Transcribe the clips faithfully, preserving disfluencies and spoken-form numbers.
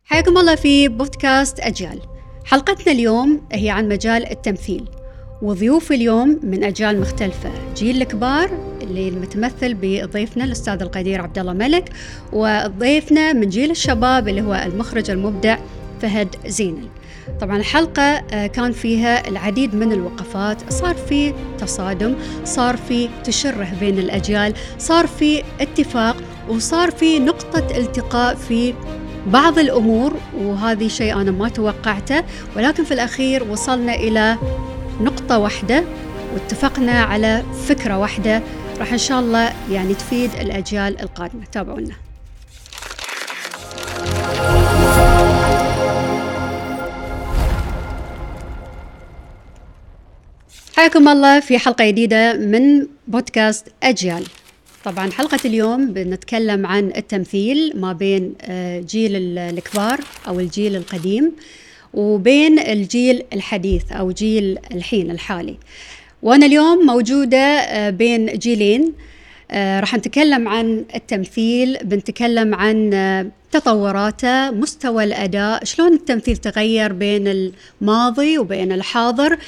حياكم الله في بودكاست أجيال. حلقتنا اليوم هي عن مجال التمثيل، وضيوف اليوم من أجيال مختلفة، جيل الكبار اللي المتمثل بضيفنا الأستاذ القدير عبد الله ملك، وضيفنا من جيل الشباب اللي هو المخرج المبدع فهد زينل. طبعا الحلقة كان فيها العديد من الوقفات، صار في تصادم، صار في تشره بين الأجيال، صار في اتفاق، وصار في نقطة التقاء في بعض الأمور، وهذه شيء أنا ما توقعته، ولكن في الأخير وصلنا إلى نقطة واحدة واتفقنا على فكرة واحدة راح إن شاء الله يعني تفيد الأجيال القادمة. تابعونا. حياكم الله في حلقة جديدة من بودكاست أجيال. طبعا حلقة اليوم بنتكلم عن التمثيل ما بين جيل الكبار أو الجيل القديم وبين الجيل الحديث أو جيل الحين الحالي. وأنا اليوم موجودة بين جيلين، راح نتكلم عن التمثيل، بنتكلم عن تطوراته، مستوى الأداء، شلون التمثيل تغير بين الماضي وبين الحاضر،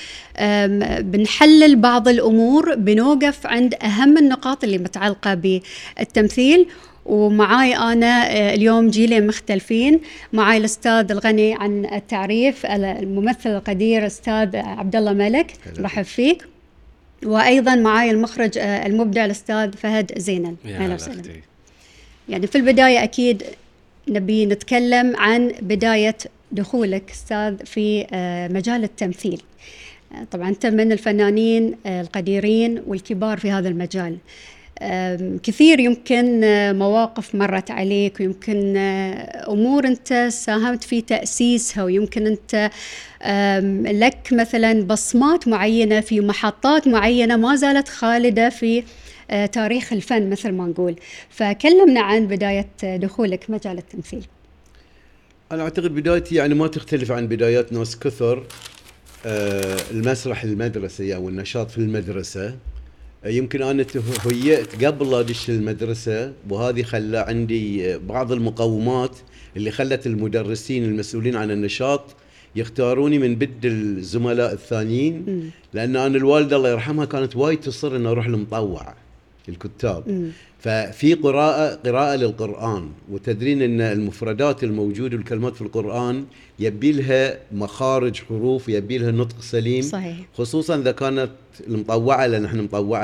بنحلل بعض الأمور، بنوقف عند أهم النقاط اللي متعلقة بالتمثيل. ومعاي أنا اليوم جيلين مختلفين، معاي الأستاذ الغني عن التعريف الممثل القدير أستاذ عبد الله ملك، رحب فيك. وأيضا معاي المخرج المبدع الأستاذ فهد زينل. أهلا وسهلا. يعني في البداية أكيد نبي نتكلم عن بداية دخولك أستاذ في مجال التمثيل. طبعا أنت من الفنانين القديرين والكبار في هذا المجال، كثير يمكن مواقف مرت عليك، ويمكن أمور أنت ساهمت في تأسيسها، ويمكن أنت لك مثلا بصمات معينة في محطات معينة ما زالت خالدة في تاريخ الفن مثل ما نقول. فكلمنا عن بداية دخولك مجال التمثيل. أنا أعتقد بدايتي يعني ما تختلف عن بدايات ناس كثر. المسرح المدرسي أو النشاط في المدرسة، يمكن أنا تهيأت قبل لا أدش المدرسة، وهذه خلى عندي بعض المقومات اللي خلت المدرسين المسؤولين عن النشاط يختاروني من بد الزملاء الثانيين. م. لأن أنا الوالدة الله يرحمها كانت وايد تصر أن أروح المطوع الكتاب. م. ففي قراءة قراءة للقرآن، وتدرين أن المفردات الموجودة والكلمات في القرآن يبي لها مخارج حروف، يبي لها نطق سليم. صحيح. خصوصا إذا كانت المطوعة، لأن احنا مطوعة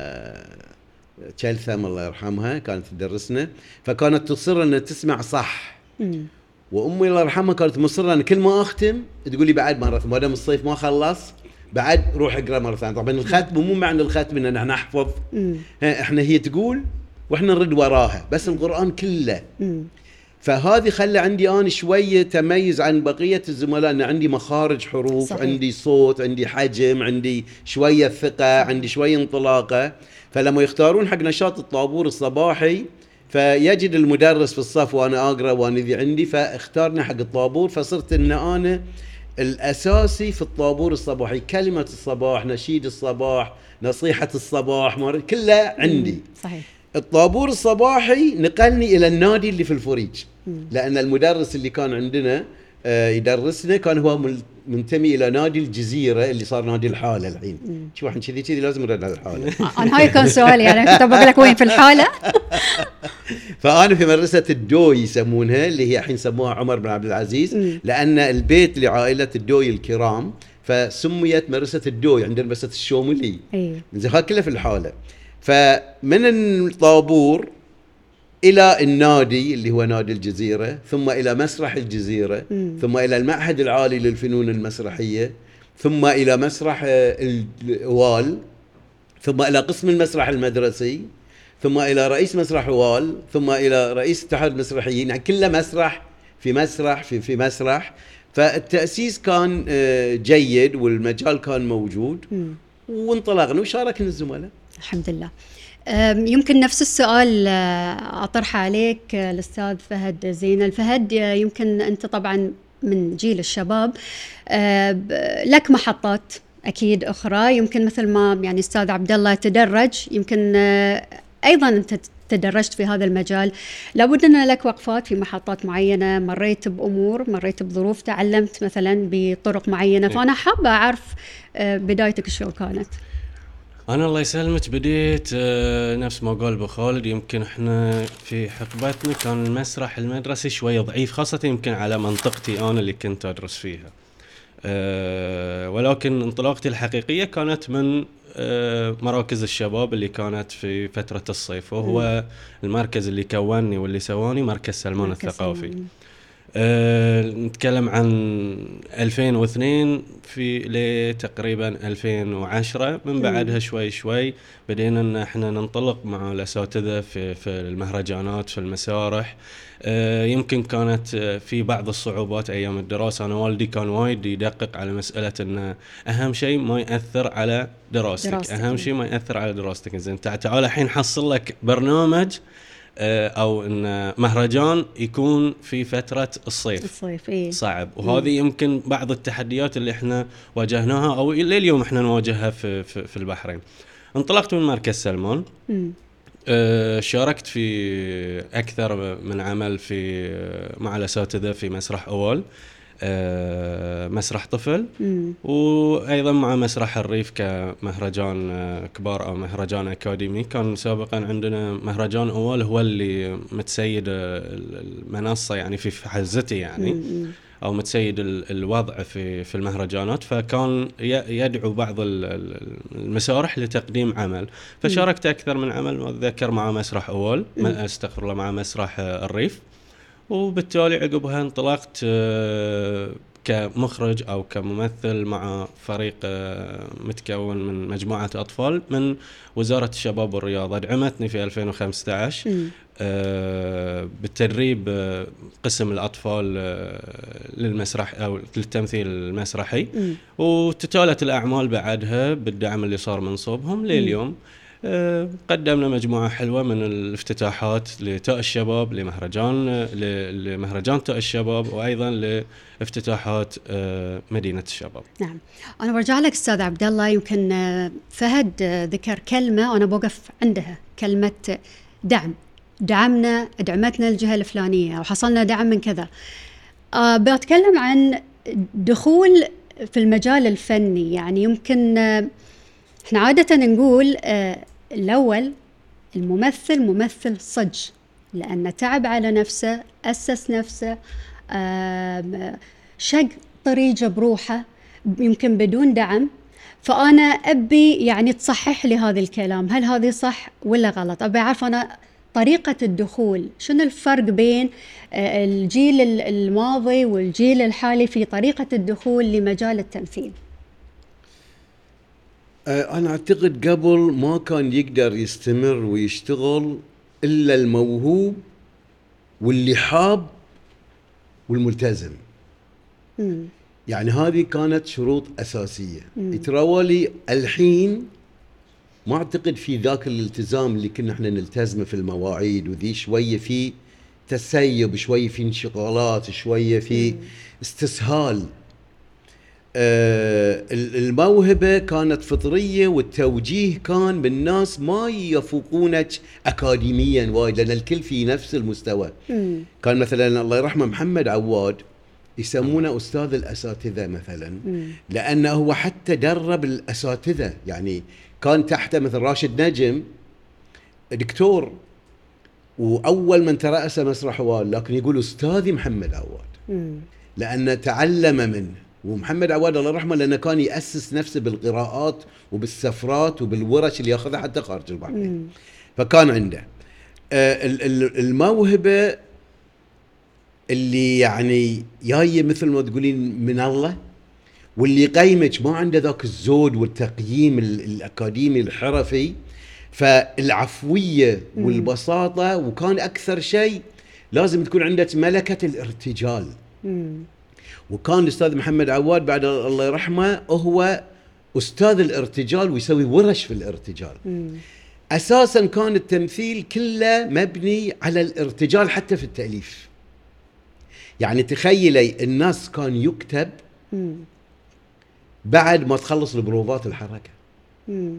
تشلثم الله يرحمها كانت تدرسنا، فكانت تصر أن تسمع صح. م. وأمي الله يرحمها كانت مصرة أن كل ما أختم تقولي بعد مرة، ما دام الصيف ما خلص بعد روح اقرأ مرة ثانية. طبعا الختم مو معنى الختم إن احنا نحفظ، احنا هي تقول واحنا نرد وراها، بس القرآن كله. م. فهذه خلى عندي أنا شوية تميز عن بقية الزملاء، أن عندي مخارج حروف. صحيح. عندي صوت، عندي حجم، عندي شوية ثقة. صحيح. عندي شوية انطلاقة. فلما يختارون حق نشاط الطابور الصباحي، فيجد المدرس في الصف وأنا أقرأ وأنا ذي عندي، فاختارني حق الطابور، فصرت أن أنا الأساسي في الطابور الصباحي. كلمة الصباح، نشيد الصباح، نصيحة الصباح، كلها عندي. صحيح. الطابور الصباحي نقلني إلى النادي اللي في الفريج، لأن المدرس اللي كان عندنا يدرسنا كان هو منتمي إلى نادي الجزيرة اللي صار نادي الحالة الحين. شو احنا كذي كذي لازم نرد على الحالة. أنا هاي كان سؤالي، يعني كنت بقول لك وين في الحالة. فأنا في مدرسة الدوي يسمونها، اللي هي الحين سموها عمر بن عبد العزيز، لأن البيت لعائلة الدوي الكرام، فسميت مدرسة الدوي. عندنا مدرسة الشوملي. زين هاي كلها في الحالة. فمن الطابور إلى النادي اللي هو نادي الجزيرة، ثم إلى مسرح الجزيرة، م. ثم إلى المعهد العالي للفنون المسرحية، ثم إلى مسرح الوال، ثم إلى قسم المسرح المدرسي، ثم إلى رئيس مسرح وال، ثم إلى رئيس اتحاد المسرحيين. يعني كله مسرح في مسرح في في مسرح. فالتأسيس كان جيد والمجال كان موجود، م. وانطلقنا وشاركنا الزملاء. الحمد لله. يمكن نفس السؤال أطرح عليك الأستاذ فهد زينل. فهد، يمكن أنت طبعا من جيل الشباب، لك محطات أكيد أخرى، يمكن مثل ما يعني أستاذ عبد الله تدرج، يمكن أيضا أنت تدرجت في هذا المجال، لابد أن لك وقفات في محطات معينة، مريت بأمور، مريت بظروف، تعلمت مثلا بطرق معينة. فأنا حابة أعرف بدايتك شو كانت. أنا الله يسلمك بديت نفس ما قال أبو خالد، يمكن إحنا في حقبتنا كان المسرح المدرسي شوية ضعيف، خاصة يمكن على منطقتي أنا اللي كنت أدرس فيها. أه ولكن انطلاقتي الحقيقية كانت من أه مراكز الشباب اللي كانت في فترة الصيف، وهو المركز اللي كونني واللي سواني مركز سلمان الثقافي. أه نتكلم عن ألفين واثنين في لتقريبا ألفين وعشرة. من بعدها شوي شوي بدينا ان احنا ننطلق مع الاساتذه في في المهرجانات، في المسارح. أه يمكن كانت في بعض الصعوبات ايام الدراسه. انا والدي كان وايد يدقق على مساله ان اهم شيء ما ياثر على دراستك, دراستك. اهم شيء ما ياثر على دراستك. زين تعال الحين حصل لك برنامج او ان مهرجان يكون في فتره الصيف, الصيف إيه؟ صعب. وهذه يمكن بعض التحديات اللي احنا واجهناها او الى اليوم احنا نواجهها في في, في البحرين. انطلقت من مركز سلمان. أه شاركت في اكثر من عمل في مع الاساتذه في مسرح اول، أه مسرح طفل، مم. وايضا مع مسرح الريف كمهرجان كبار او مهرجان اكاديمي. كان سابقا عندنا مهرجان اول هو اللي متسيد المنصه يعني في حزتي يعني، مم. او متسيد الوضع في في المهرجانات، فكان يدعو بعض المسارح لتقديم عمل. فشاركت اكثر من عمل، اتذكر مع مسرح اول، ما استغفر الله، مع مسرح الريف. وبالتالي عقبها انطلقت كمخرج أو كممثل مع فريق متكون من مجموعة أطفال من وزارة الشباب والرياضة. دعمتني في ألفين وخمسة عشر بالتدريب قسم الأطفال للمسرح أو للتمثيل المسرحي، وتتالت الأعمال بعدها بالدعم اللي صار من صوبهم لليوم. قدمنا مجموعة حلوة من الافتتاحات لتاء الشباب، لمهرجان لمهرجان تاء الشباب، وأيضا لافتتاحات مدينة الشباب. نعم، أنا برجع لك أستاذ عبد الله. يمكن فهد ذكر كلمة وأنا بوقف عندها، كلمة دعم. دعمنا دعمتنا الجهة الفلانية وحصلنا دعم من كذا. أه بتكلم عن دخول في المجال الفني. يعني يمكن احنا عادة نقول آه الأول الممثل ممثل صج، لأنه تعب على نفسه، أسس نفسه، آه شق طريقه بروحه يمكن بدون دعم. فأنا أبي يعني تصحح لي هذا الكلام، هل هذه صح ولا غلط؟ أبي أعرف أنا طريقة الدخول، شنو الفرق بين آه الجيل الماضي والجيل الحالي في طريقة الدخول لمجال التمثيل؟ أنا أعتقد قبل ما كان يقدر يستمر ويشتغل إلا الموهوب واللي حاب والملتزم. مم. يعني هذه كانت شروط أساسية. يتراولي الحين ما أعتقد في ذاك الالتزام اللي كنا احنا نلتزمه في المواعيد وذي، شوية في تسيب، شوية في انشغالات، شوية في مم. استسهال. آه الموهبة كانت فطرية والتوجيه كان بالناس ما يفوقونك أكاديميا وايد، لأن الكل في نفس المستوى. مم. كان مثلا الله يرحمه محمد عواد يسمونه أستاذ الأساتذة مثلا، مم. لأنه هو حتى درب الأساتذة. يعني كان تحته مثل راشد نجم دكتور، وأول من ترأس مسرح وال، لكن يقول أستاذي محمد عواد، مم. لأنه تعلم منه. ومحمد عواد الله يرحمه لأنه كان يأسس نفسه بالقراءات وبالسفرات وبالورش اللي يأخذها حتى خارج البحرين. فكان عنده آه الموهبة اللي يعني جاية مثل ما تقولين من الله، واللي يقيمك ما عنده ذاك الزود والتقييم الأكاديمي الحرفي. فالعفوية والبساطة، وكان أكثر شيء لازم تكون عندك ملكة الارتجال. مم. وكان الأستاذ محمد عواد بعد الله يرحمه هو أستاذ الارتجال ويسوي ورش في الارتجال. مم. أساسا كان التمثيل كله مبني على الارتجال حتى في التأليف. يعني تخيلي الناس كان يكتب مم. بعد ما تخلص البروفات الحركة. مم.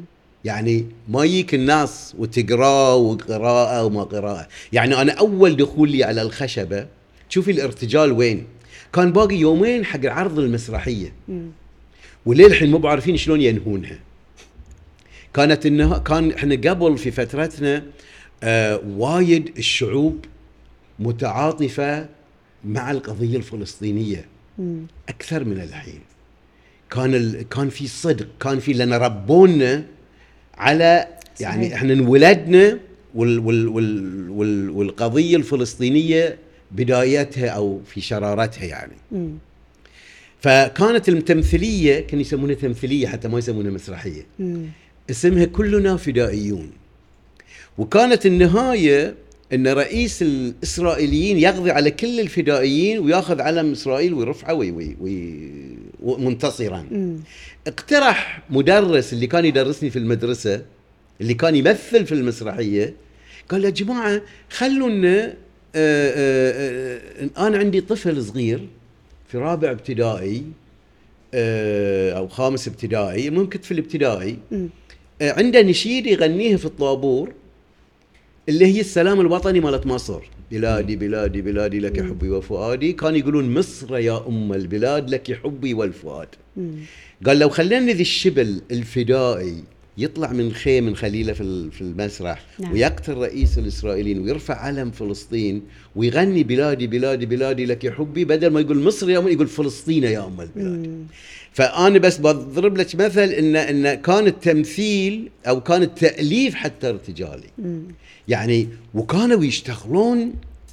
يعني ما يجيك الناس وتقراه وقراءة وما قراءة. يعني أنا أول دخولي على الخشبة تشوفي الارتجال وين كان باقي يومين حق العرض المسرحية وليه الحين مو بعارفين شلون ينهونها. كانت إنها كان إحنا قبل في فترتنا آه وايد الشعوب متعاطفة مع القضية الفلسطينية أكثر من الحين. كان ال... كان في صدق، كان في لنا ربونا على يعني صحيح. احنا انولدنا وال... وال... وال... وال... والقضية الفلسطينية بدايتها أو في شرارتها يعني. م. فكانت التمثيلية كانوا يسمونها تمثيلية حتى ما يسمونها مسرحية. م. اسمها كلنا فدائيون. وكانت النهاية ان رئيس الاسرائيليين يقضي على كل الفدائيين وياخذ علم اسرائيل ويرفعه وي وي وي منتصرا. م. اقترح مدرس اللي كان يدرسني في المدرسة اللي كان يمثل في المسرحية، قال يا جماعة خلونا انا عندي طفل صغير في رابع ابتدائي او خامس ابتدائي، ممكن في الابتدائي عنده نشيد يغنيه في الطابور اللي هي السلام الوطني مالت مصر، بلادي بلادي بلادي لك حبي وفؤادي. كان يقولون مصر يا أم البلاد لك حبي والفؤاد. قال لو خلينا ذي الشبل الفدائي يطلع من خيم من خليله في في المسرح نعم. ويقتل رئيس الإسرائيليين ويرفع علم فلسطين ويغني بلادي بلادي بلادي لك حبي، بدل ما يقول مصر يا أم يقول فلسطين يا أم البلاد. مم. فأنا بس بضرب لك مثل إن إن كان التمثيل أو كان التأليف حتى ارتجالي. مم. يعني وكانوا يشتغلون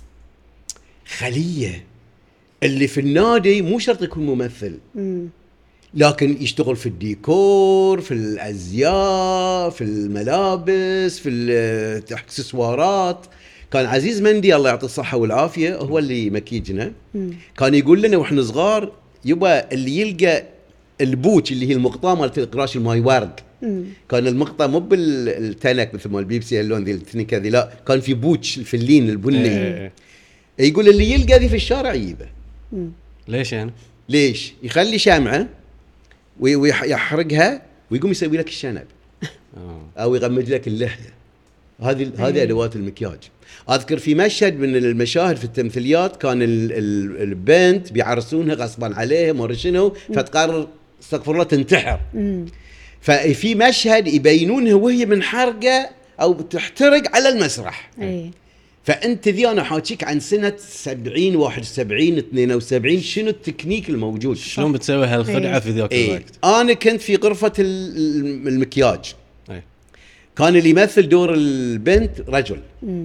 خلية اللي في النادي مو شرط يكون ممثل. مم. لكن يشتغل في الديكور، في الأزياء، في الملابس، في الإكسسوارات. كان عزيز مندي الله يعطيه الصحة والعافية هو اللي مكيجنا. مم. كان يقول لنا وإحنا صغار يبا اللي يلقى البوتش اللي هي المقطع مالت القراش الماي ورق. مم. كان المقطع مو بالتنك مثل ما البيبسي اللون ذي التنكه ذي، لا كان في بوتش الفلين البني. ايه. يقول اللي يلقى ذي في الشارع يجيبه. ليش يعني؟ ليش؟ يخلي شمعة ويحرقها ويقوم يسوي لك الشنب او يغمج لك اللحية. هذه هذه ادوات المكياج. اذكر في مشهد من المشاهد في التمثيليات كان ال ال البنت بيعرسونها غصبا عليها ما شنو، فتقرر استغفر الله تنتحر. مم. ففي مشهد يبينونها وهي من حرقة أو تحترق على المسرح. أي. فأنت ذي أنا حاكيك عن سنة سبعين واحد وسبعين اثنين وسبعين شنو التكنيك الموجود. شلون بتسوي هالخدعة في ذاك الوقت؟ أنا كنت في غرفة المكياج. أي. كان اللي يمثل دور البنت رجل. مم.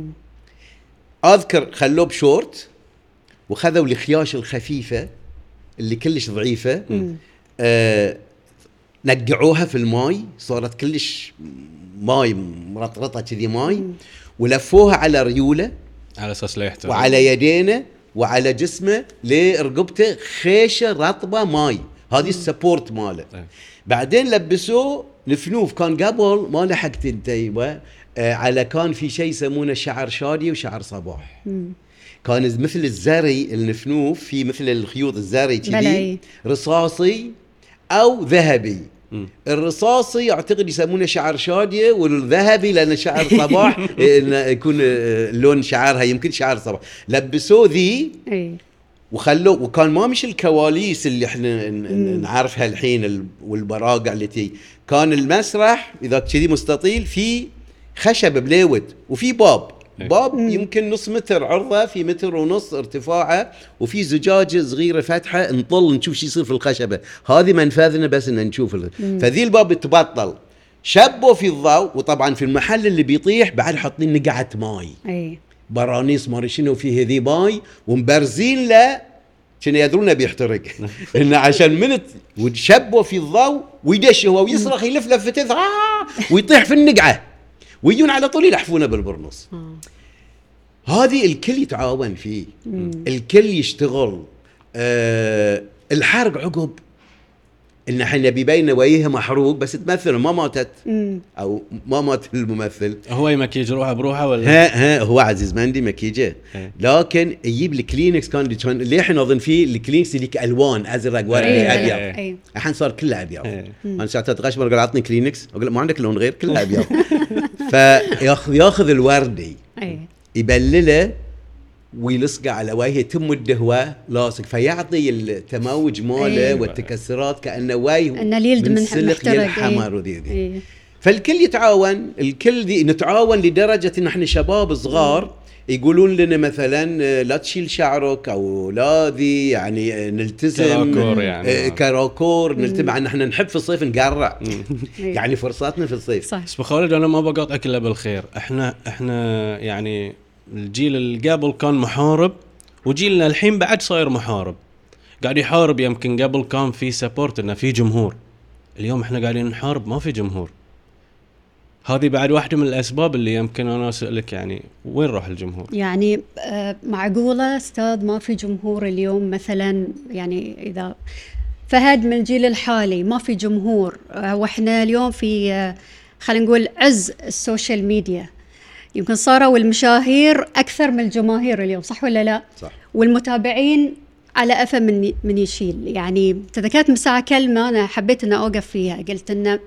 أذكر خلوه بشورت وخذوا الخياش الخفيفة اللي كلش ضعيفة. آه نقعوها في الماء صارت كلش ماي مرطرطه كذي ماي، ولفوها على ريوله على اساس لا يحترق، وعلى يدينه وعلى جسمه لرقبته خيشه رطبه ماي، هذه السبورت ماله. بعدين لبسوه نفنوف. كان قبل ما لحقت انت يبا آه على كان في شيء يسمونه شعر شادي وشعر صباح. مم. كان مثل الزري النفنوف في مثل الخيوط الزري كذي رصاصي او ذهبي. م. الرصاصي اعتقد يسمونه شعر شاديه، والذهبي لان شعر صباح يكون لون شعرها يمكن شعر صباح. لبسوه ذي وخلوه، وكان ما مش الكواليس اللي احنا نعرفها الحين والبراقع اللي تي. كان المسرح اذا كذي مستطيل في خشب بليود وفي باب باب مم. يمكن نص متر عرضه في متر ونص ارتفاعه، وفي زجاجه صغيره فتحه نطل نشوف شو يصير في الخشبه. هذه منفذنا بس ان نشوف. فذي الباب تبطل شبوا في الضوء، وطبعا في المحل اللي بيطيح بعد حاطين نقعه ماي اي برانيس ما شنو فيه ذي ماي ومبرزين له شنو يدرون بيحترق إن عشان منت وشبوا في الضوء ويدش هو ويصرخ يلف لفتة آه ويطيح في النقعه ويجون على طول يلحفونه بالبرنص. هذه الكل يتعاون فيه. مم. الكل يشتغل. آه الحرق عقب ان احنا نبي بين وجهها محروق بس تمثل ما ماتت مم. او ما مات الممثل. هو يمكيج روحه بروحه ولا ها ها هو عزيز مندي مكيجه، إيه. لكن يجيب الكلينكس كان كان اللي احنا اظن فيه الكلينكس اللي كالوان ازرق وردي إيه. ابيض. إيه. أي. الحين صار كله ابيض. إيه. انا ساعات اتغشمر اقول عطني كلينكس اقول ما عندك لون غير كله ابيض. فياخذ ياخذ الوردي أي. يبلله ويلصقه على وجهه تم الدهوه لاصق فيعطي التموج ماله أيوة. والتكسرات كانه وجه أن اليلد من سلق محترق. يلحمر وذي ذي. أي. فالكل يتعاون، الكل دي نتعاون لدرجه ان احنا شباب صغار يقولون لنا مثلا لا تشيل شعرك او لا ذي يعني نلتزم كراكور يعني. آه، كراكور نلتزم عن احنا نحب في الصيف نقرع أي. يعني فرصاتنا في الصيف. صح. بس بخالد انا ما بقاطعك الا بالخير. احنا احنا يعني الجيل اللي قبل كان محارب، وجيلنا الحين بعد صاير محارب، قاعد يحارب. يمكن قبل كان في سبورت انه في جمهور، اليوم احنا قاعدين نحارب ما في جمهور. هذه بعد واحدة من الاسباب اللي يمكن انا اسالك يعني وين راح الجمهور؟ يعني آه، معقولة أستاذ ما في جمهور اليوم مثلا؟ يعني إذا فهد من الجيل الحالي ما في جمهور، آه، وإحنا اليوم في آه، خلينا نقول عز السوشيال ميديا، يمكن صاروا المشاهير أكثر من الجماهير اليوم، صح ولا لا؟ صح. والمتابعين على أفا من من يشيل. يعني تذكرت من ساعة كلمة أنا حبيت أن أوقف فيها، قلت إنه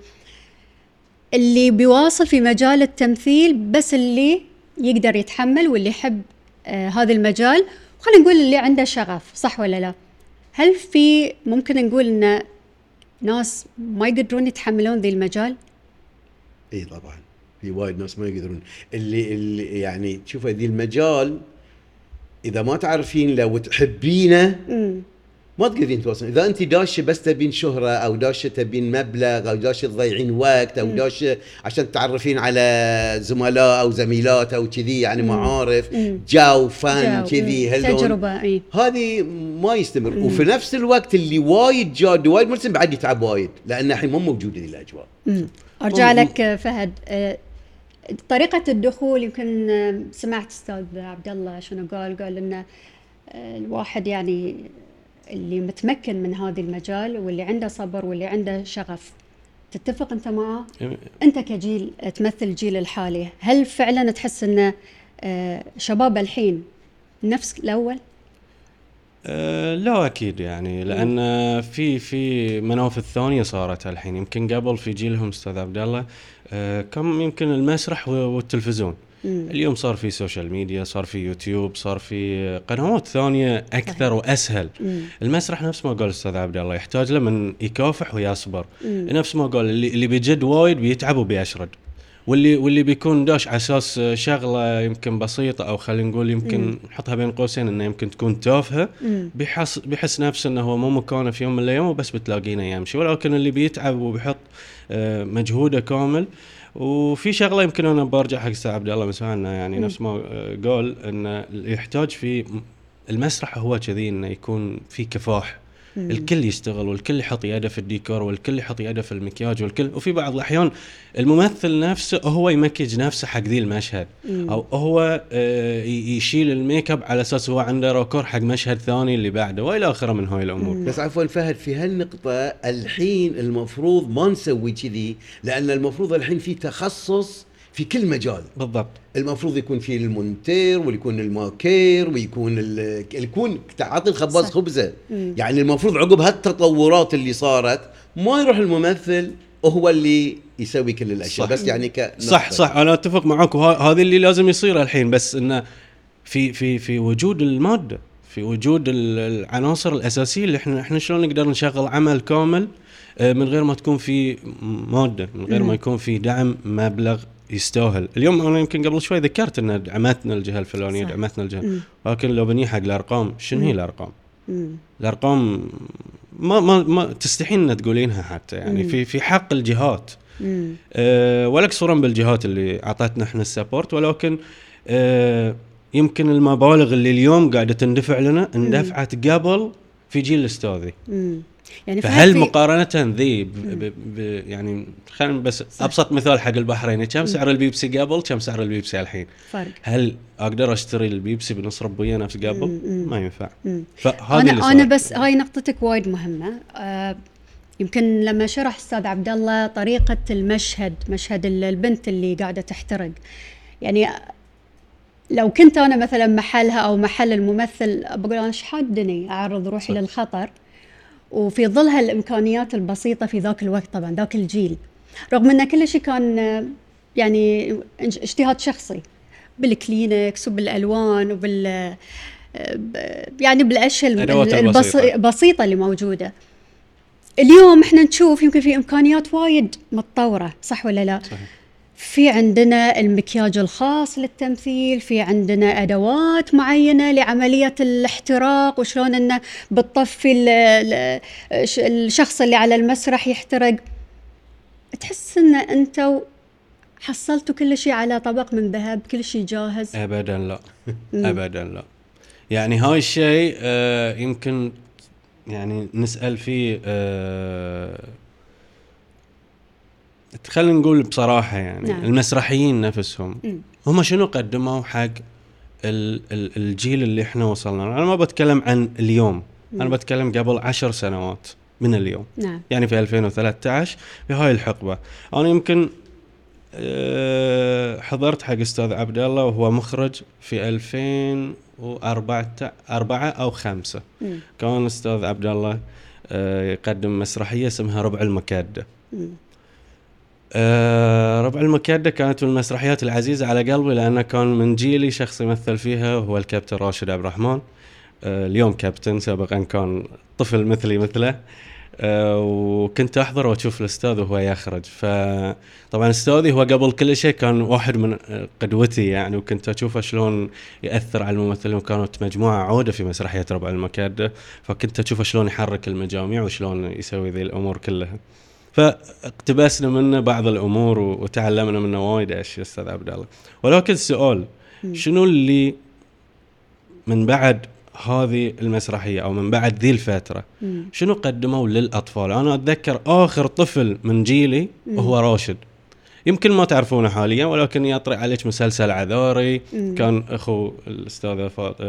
اللي بيواصل في مجال التمثيل بس اللي يقدر يتحمل واللي يحب آه هذا المجال، وخلينا نقول اللي عنده شغف، صح ولا لا؟ هل في ممكن نقول إن ناس ما يقدرون يتحملون ذي المجال؟ اي طبعا في وايد ناس ما يقدرون، اللي, اللي يعني تشوف ذي المجال اذا ما تعرفين لو تحبينه امم ما تقدرين توصلين. اذا انت داشه بس تبين شهره او داشه تبين مبلغ او داشه تضيعين وقت او داشه عشان تعرفين على زملاء او زميلات او كذي يعني معارف جو فن كذي هاللون تجربه، اي هذه ما يستمر. مم. وفي نفس الوقت اللي وايد جاد وايد ملتزم بعد يتعب وايد لان الحين مو موجوده ذي الاجواء. مم. ارجع لك فهد، أه طريقه الدخول يمكن أه سمعت استاذ عبد الله شنو قال قال ان أه الواحد يعني اللي متمكن من هذا المجال واللي عنده صبر واللي عنده شغف، تتفق انت معه؟ انت كجيل تمثل الجيل الحالي، هل فعلا تحس ان أه شباب الحين نفس الاول؟ أه لا اكيد يعني، لان في في منافذ ثانيه صارت الحين. يمكن قبل في جيلهم استاذ عبد الله أه كم يمكن المسرح والتلفزيون. مم. اليوم صار في سوشيال ميديا، صار في يوتيوب، صار في قنوات ثانيه اكثر واسهل. مم. المسرح نفس ما قال الاستاذ عبد الله يحتاج له من يكافح ويصبر. مم. نفس ما قال اللي اللي بيجد وايد بيتعب وبيشرد، واللي واللي بيكون داش على اساس شغله يمكن بسيطه او خلينا نقول يمكن نحطها بين قوسين انه يمكن تكون تافهه، بيحس بيحس نفسه انه هو مو مكانه في يوم من الايام وبس بتلاقينه يمشي. ولكن اللي بيتعب وبيحط مجهوده كامل. وفي شغله يمكن انا برجع حق استاذ عبد الله مساعدنا يعني مم. نفس ما قال انه يحتاج في المسرح هو كذي انه يكون في كفاح. مم. الكل يشتغل والكل يحط يده في الديكور والكل يحط يده في المكياج والكل، وفي بعض الاحيان الممثل نفسه هو يمكج نفسه حق ذي المشهد. مم. او هو يشيل الميك اب على اساس هو عنده راكور حق مشهد ثاني اللي بعده والى اخره من هاي الامور. مم. بس عفوا فهد في هالنقطه الحين المفروض ما نسوي كذي، لان المفروض الحين في تخصص في كل مجال. بالضبط. المفروض يكون في المونتير ويكون الماكير ويكون يكون تعاطي الخباز صح. خبزه. مم. يعني المفروض عقب هالتطورات اللي صارت ما يروح الممثل وهو اللي يسوي كل الاشياء صح. بس يعني ك صح صح انا اتفق معاك، وهذا اللي لازم يصير الحين. بس انه في في في وجود الماده، في وجود العناصر الاساسيه اللي احنا احنا شلون نقدر نشغل عمل كامل من غير ما تكون في ماده، من غير ما يكون في دعم مبلغ يستاهل. اليوم انا يمكن قبل شوي ذكرت ان دعمتنا الجهه الفلانيه دعمتنا الجهه، لكن لو بني حق الارقام شنو هي الارقام؟ مم. الارقام ما ما ما تستحين ان تقولينها حتى يعني. مم. في في حق الجهات أه ولا كسورا بالجهات اللي اعطتنا احنا السبورت، ولكن أه يمكن المبالغ اللي اليوم قاعده تندفع لنا اندفعت قبل في جيل الاستاذي. يعني فهل مقارنة ذي ب ب ب يعني خلينا بس صح. أبسط مثال حق البحرين، كم سعر البيبسي قبل كم سعر البيبسي الحين؟ فرق. هل أقدر أشتري البيبسي بنص ربوية نفس قبل؟ مم. ما ينفع. فهذا أنا أنا بس هاي نقطتك وايد مهمة. آه يمكن لما شرح أستاذ عبد الله طريقة المشهد، مشهد البنت اللي قاعدة تحترق، يعني لو كنت أنا مثلا محلها أو محل الممثل بقول أنا إيش حدني أعرض روحي صح. للخطر، وفي ظل هالإمكانيات البسيطة في ذاك الوقت طبعا ذاك الجيل، رغم أن كل شيء كان يعني اجتهاد شخصي بالكلينكس وبالألوان وبال يعني بالأشياء البسيطة اللي موجودة. اليوم احنا نشوف يمكن في إمكانيات وايد متطورة، صح ولا لا؟ صحيح. في عندنا المكياج الخاص للتمثيل، في عندنا أدوات معينة لعملية الاحتراق وشلون أنه بتطفي الشخص اللي على المسرح يحترق. تحس أن أنتوا حصلتوا كل شيء على طبق من ذهب، كل شيء جاهز؟ أبدا لا. أبدا لا. يعني هاي الشيء آه يمكن يعني نسأل فيه آه خلينا نقول بصراحة يعني نعم. المسرحيين نفسهم م. هم شنو قدموا حق ال ال الجيل اللي احنا وصلنا. أنا ما بتكلم عن اليوم، م. أنا بتكلم قبل عشر سنوات من اليوم. نعم. يعني في ألفين وثلاثة عشر في هاي الحقبة أنا يمكن أه حضرت حق أستاذ عبد الله وهو مخرج في ألفين وأربعة أو خمسة. م. كان أستاذ عبد الله أه يقدم مسرحية اسمها ربع المكادة. م. أه ربع المكادة كانت من المسرحيات العزيزة على قلبي لأنه كان من جيلي شخص يمثل فيها هو الكابتن راشد عبد الرحمن. أه اليوم كابتن، سابقا كان طفل مثلي مثله. أه وكنت أحضر وأشوف الأستاذ وهو يخرج. فطبعا أستاذي هو قبل كل شيء كان واحد من قدوتي يعني، وكنت أشوفه شلون يأثر على الممثلين. وكانت مجموعة عودة في مسرحية ربع المكادة، فكنت أشوفه شلون يحرك المجاميع وشلون يسوي ذي الأمور كلها. فاقتبسنا منه بعض الأمور وتعلمنا منه وايد أشياء أستاذ عبد الله. ولكن السؤال شنو اللي من بعد هذه المسرحية أو من بعد ذي الفترة شنو قدموا للأطفال؟ أنا أتذكر آخر طفل من جيلي وهو راشد، يمكن ما تعرفونه حاليا ولكن يطرق عليك مسلسل عذاري. مم. كان أخو الأستاذة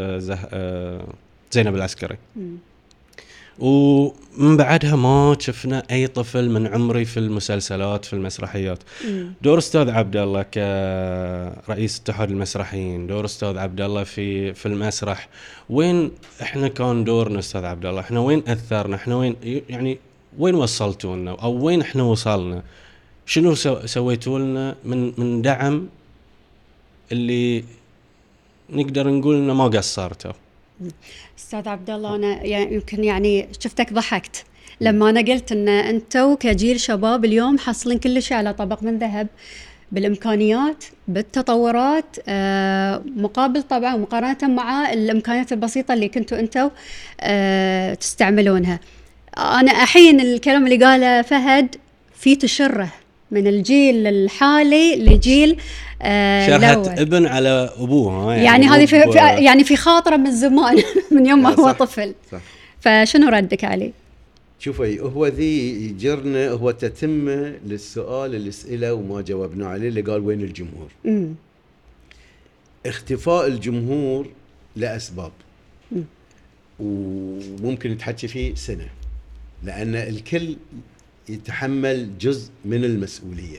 زينب العسكري. مم. ومن بعدها ما شفنا أي طفل من عمري في المسلسلات في المسرحيات. مم. دور أستاذ عبد الله كرئيس اتحاد المسرحيين، دور أستاذ عبد الله في في المسرح، وين إحنا كان دورنا أستاذ عبد الله؟ إحنا وين أثرنا؟ إحنا وين يعني وين وصلتونا أو وين إحنا وصلنا؟ شنو سويتوا لنا من من دعم اللي نقدر نقول إنه ما قصرتوا؟ أستاذ عبد الله أنا يعني يمكن يعني شفتك ضحكت لما أنا قلت إن أنتوا كجيل شباب اليوم حصلين كل شيء على طبق من ذهب بالإمكانيات بالتطورات، آه مقابل طبعا مقارنة مع الإمكانيات البسيطة اللي كنتوا أنتوا آه تستعملونها. أنا أحين الكلام اللي قاله فهد في تشره من الجيل الحالي لجيل آه شرحت ابن على أبوه يعني, يعني هذه في, في يعني في خاطره من زمان من يوم ما هو طفل. صح. فشنو ردك عليه؟ شوفي هو ذي يجرنا هو تتمة للسؤال اللي سئله وما جاوبنا عليه اللي قال وين الجمهور. م. اختفاء الجمهور لأسباب م. وممكن نتحكي فيه سنة، لأن الكل يتحمل جزء من المسؤولية.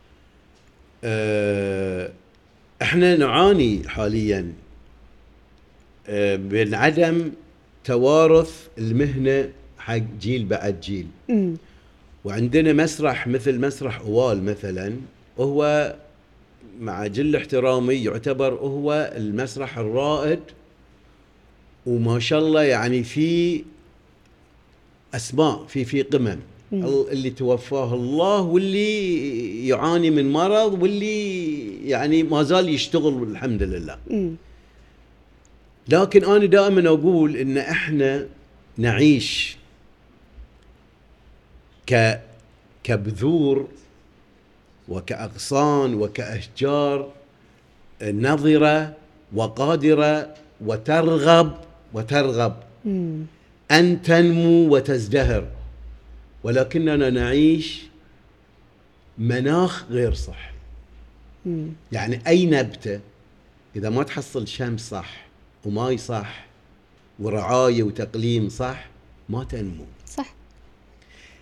أه احنا نعاني حاليا أه من عدم توارث المهنة حق جيل بعد جيل. م. وعندنا مسرح مثل مسرح أوال مثلا، وهو مع جل احترامي يعتبر هو المسرح الرائد، وما شاء الله يعني في أسماء في في قمم. م. اللي توفاه الله واللي يعاني من مرض واللي يعني ما زال يشتغل الحمد لله. م. لكن أنا دائما أقول إن إحنا نعيش ك كبذور وكأغصان وكأشجار نظرة وقادرة وترغب وترغب م. أن تنمو وتزدهر، ولكننا نعيش مناخ غير صح. م. يعني أي نبتة إذا ما تحصل شمس صح وماء صح ورعاية وتقليم صح ما تنمو. صح.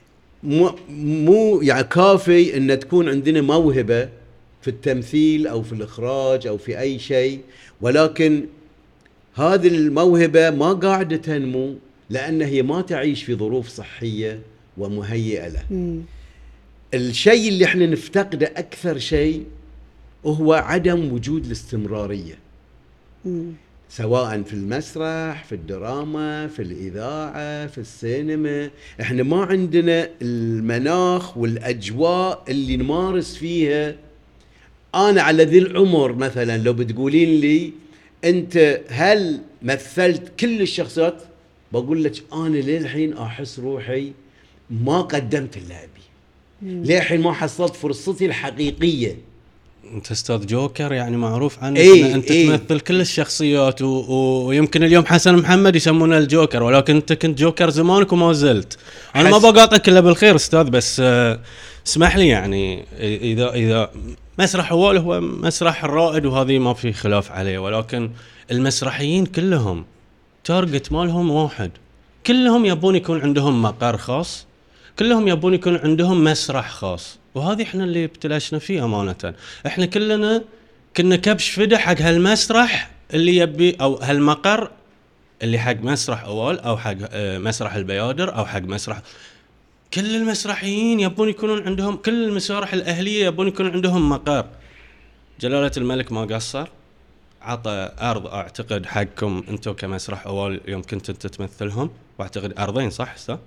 مو مو يعني كافي ان تكون عندنا موهبة في التمثيل او في الاخراج او في اي شيء، ولكن هذه الموهبة ما قاعدة تنمو لان هي ما تعيش في ظروف صحية ومهيئة له. مم. الشيء اللي احنا نفتقده اكثر شيء هو عدم وجود الاستمرارية، مم. سواء في المسرح، في الدراما، في الإذاعة، في السينما. احنا ما عندنا المناخ والأجواء اللي نمارس فيها. أنا على ذي العمر مثلا لو بتقولين لي أنت هل مثلت كل الشخصيات، بقول لك أنا للحين أحس روحي ما قدمت اللي أبي، للحين ما حصلت فرصتي الحقيقية. انت استاذ جوكر، يعني معروف عنك إيه ان انت إيه. تمثل كل الشخصيات و... و... ويمكن اليوم حسن محمد يسمونه الجوكر، ولكن انت كنت جوكر زمانك وما زلت. انا ما حس... بقاطعك الا بالخير استاذ، بس آه، اسمح لي يعني اذا اذا مسرح أول هو مسرح الرائد وهذه ما في خلاف عليه، ولكن المسرحيين كلهم تارجت مالهم واحد، كلهم يبون يكون عندهم مقر خاص، كلهم يبون يكون عندهم مسرح خاص، وهذه احنا اللي ابتلشنا فيه امانه. احنا كلنا كنا كبش فدا حق هالمسرح اللي يبي، او هالمقر اللي حق مسرح أول او حق مسرح البيادر او حق مسرح. كل المسرحيين يبون يكونون عندهم، كل المسارح الاهليه يبون يكون عندهم مقر. جلاله الملك ما قصر، عطى ارض اعتقد حقكم انتم كمسرح أول يوم كنت انت تمثلهم، واعتقد ارضين صح استاذ؟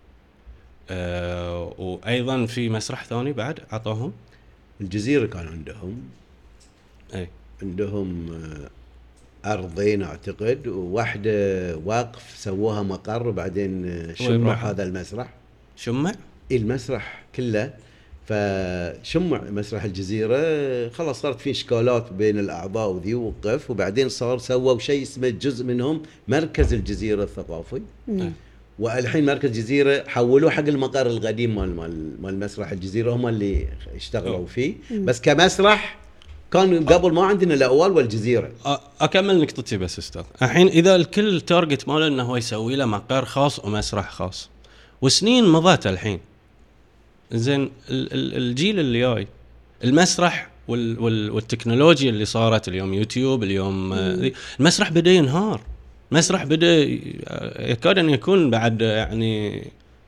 أه وايضا في مسرح ثاني بعد عطاهم. الجزيرة كان عندهم اي عندهم ارضين اعتقد، وواحدة وقف سووها مقر، وبعدين شمع هذا المسرح. شمع؟ اي المسرح كله فشمع مسرح الجزيرة، خلاص صارت في اشكالات بين الاعضاء وذي وقف، وبعدين صار سووا شيء اسمه جزء منهم مركز الجزيرة الثقافي. مم. والحين مركز الجزيرة حولوه حق المقر القديم مال مال مال مسرح الجزيرة، هم اللي اشتغلوا فيه. بس كمسرح كان قبل ما عندنا الأول والجزيرة. اكمل نقطتي بس استاذ. الحين اذا الكل تارجت ماله انه هو يسوي له مقر خاص ومسرح خاص، وسنين مضت الحين، زين الجيل اللي جاي المسرح وال وال والتكنولوجيا اللي صارت اليوم، يوتيوب اليوم، المسرح بدا ينهار، المسرح بدا يكاد ان يكون بعد يعني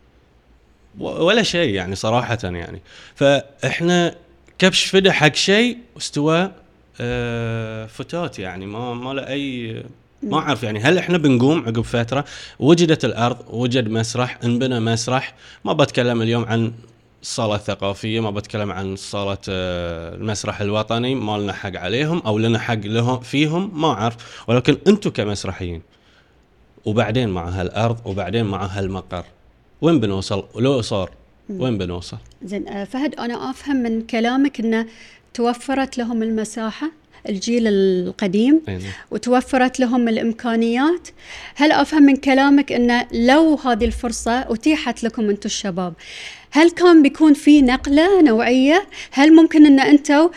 ولا شيء يعني صراحة يعني. فاحنا كبش فدا حق شيء واستوى آه فتات يعني ما ما له اي ما اعرف يعني. هل احنا بنقوم عقب فترة وجدت الارض، وجد مسرح، انبنى مسرح، ما بتكلم اليوم عن الصالة الثقافية، ما بتكلم عن صالة آه المسرح الوطني، ما لنا حق عليهم او لنا حق لهم فيهم ما اعرف، ولكن انتم كمسرحيين وبعدين مع هالارض وبعدين مع هالمقر وين بنوصل؟ ولو صار وين بنوصل؟ زين فهد، انا افهم من كلامك انه توفرت لهم المساحه الجيل القديم أينا. وتوفرت لهم الامكانيات. هل افهم من كلامك انه لو هذه الفرصه اتيحت لكم انتم الشباب، هل كان بيكون في نقله نوعيه؟ هل ممكن ان انتم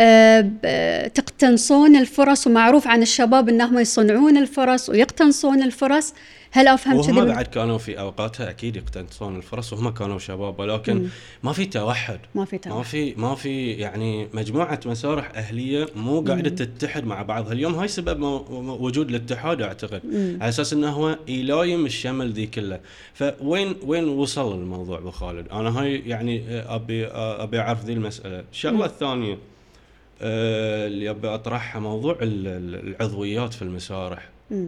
آه تقتنصون الفرص؟ ومعروف عن الشباب انهم يصنعون الفرص ويقتنصون الفرص. هل افهم كذا؟ وهم بعد كانوا في اوقاتها اكيد يقتنصون الفرص، وهم كانوا شباب، ولكن م. ما في توحد، ما في توحد. ما في ما في يعني مجموعه مسارح اهليه مو قاعده م. تتحد مع بعضها. اليوم هاي سبب وجود الاتحاد اعتقد، م. على اساس انه هو يلايم الشمل ذي كله. فوين وين وصل الموضوع ابو خالد؟ انا هاي يعني ابي ابي اعرف ذي المساله. الشغله الثانيه آه اللي ابي اطرحها موضوع العضويات في المسارح. م.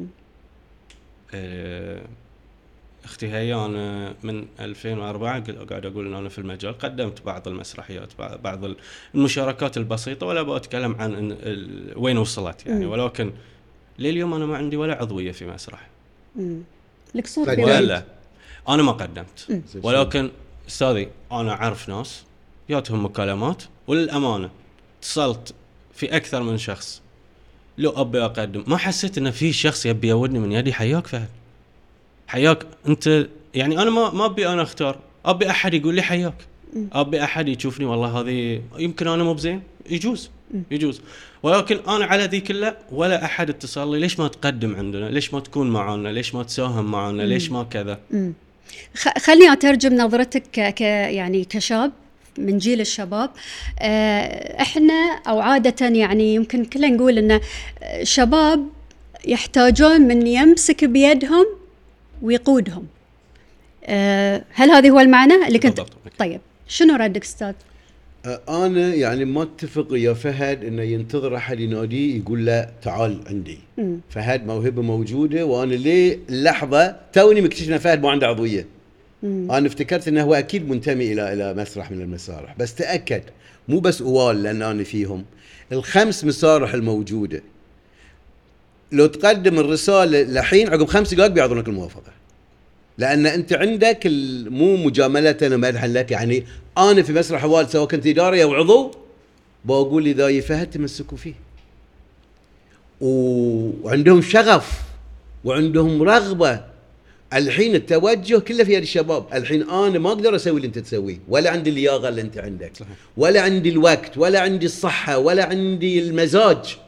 اختي هي انا من ألفين وأربعة قاعد اقول ان انا في المجال، قدمت بعض المسرحيات، بعض المشاركات البسيطه، ولا بتكلم عن وين وصلت يعني، ولكن لليوم انا ما عندي ولا عضويه في مسرح. امم لك صوت ولا انا ما قدمت. مم. ولكن استاذي انا اعرف ناس جاتهم مكالمات، وللامانه اتصلت في اكثر من شخص لو ابي اقدم، ما حسيت ان في شخص يبي يودني من يدي. حياك فهد، حياك انت يعني. انا ما ما ابي انا اختار، ابي احد يقول لي حياك، ابي احد يشوفني والله هذه يمكن انا مو بزين، يجوز يجوز، ولكن انا على ذي كله ولا احد اتصل لي ليش ما تقدم عندنا، ليش ما تكون معنا، ليش ما تساهم معنا، ليش ما كذا. خ- خليني أترجم نظرتك ك ك- يعني كشاب من جيل الشباب. آه، إحنا أو عادة يعني يمكن كلنا نقول إن شباب يحتاجون من يمسك بيدهم ويقودهم. آه، هل هذا هو المعنى اللي كنت؟ بالضبط. طيب شنو ردك أستاذ؟ آه، انا يعني ما اتفق يا فهد انه ينتظر احد يناديه يقول له تعال عندي. مم. فهد موهبه موجوده، وانا ليه اللحظه توني مكتشف ان فهد ما عنده عضويه. مم. انا افتكرت انه هو اكيد منتمي الى الى مسرح من المسارح، بس تاكد مو بس اوال لان انا فيهم، الخمس مسارح الموجوده لو تقدم الرساله لحين عقب خمس دقائق بيعطونك الموافقه، لان انت عندك مو مجامله ومدحا لك. يعني انا في مسرح اوال سواء كنت اداري او عضو بقول اذا يفهد تمسكوا فيه، وعندهم شغف وعندهم رغبه. الحين التوجه كله في يد الشباب. الحين انا ما اقدر اسوي اللي انت تسويه، ولا عندي اللياقه اللي انت عندك، ولا عندي الوقت، ولا عندي الصحه، ولا عندي المزاج.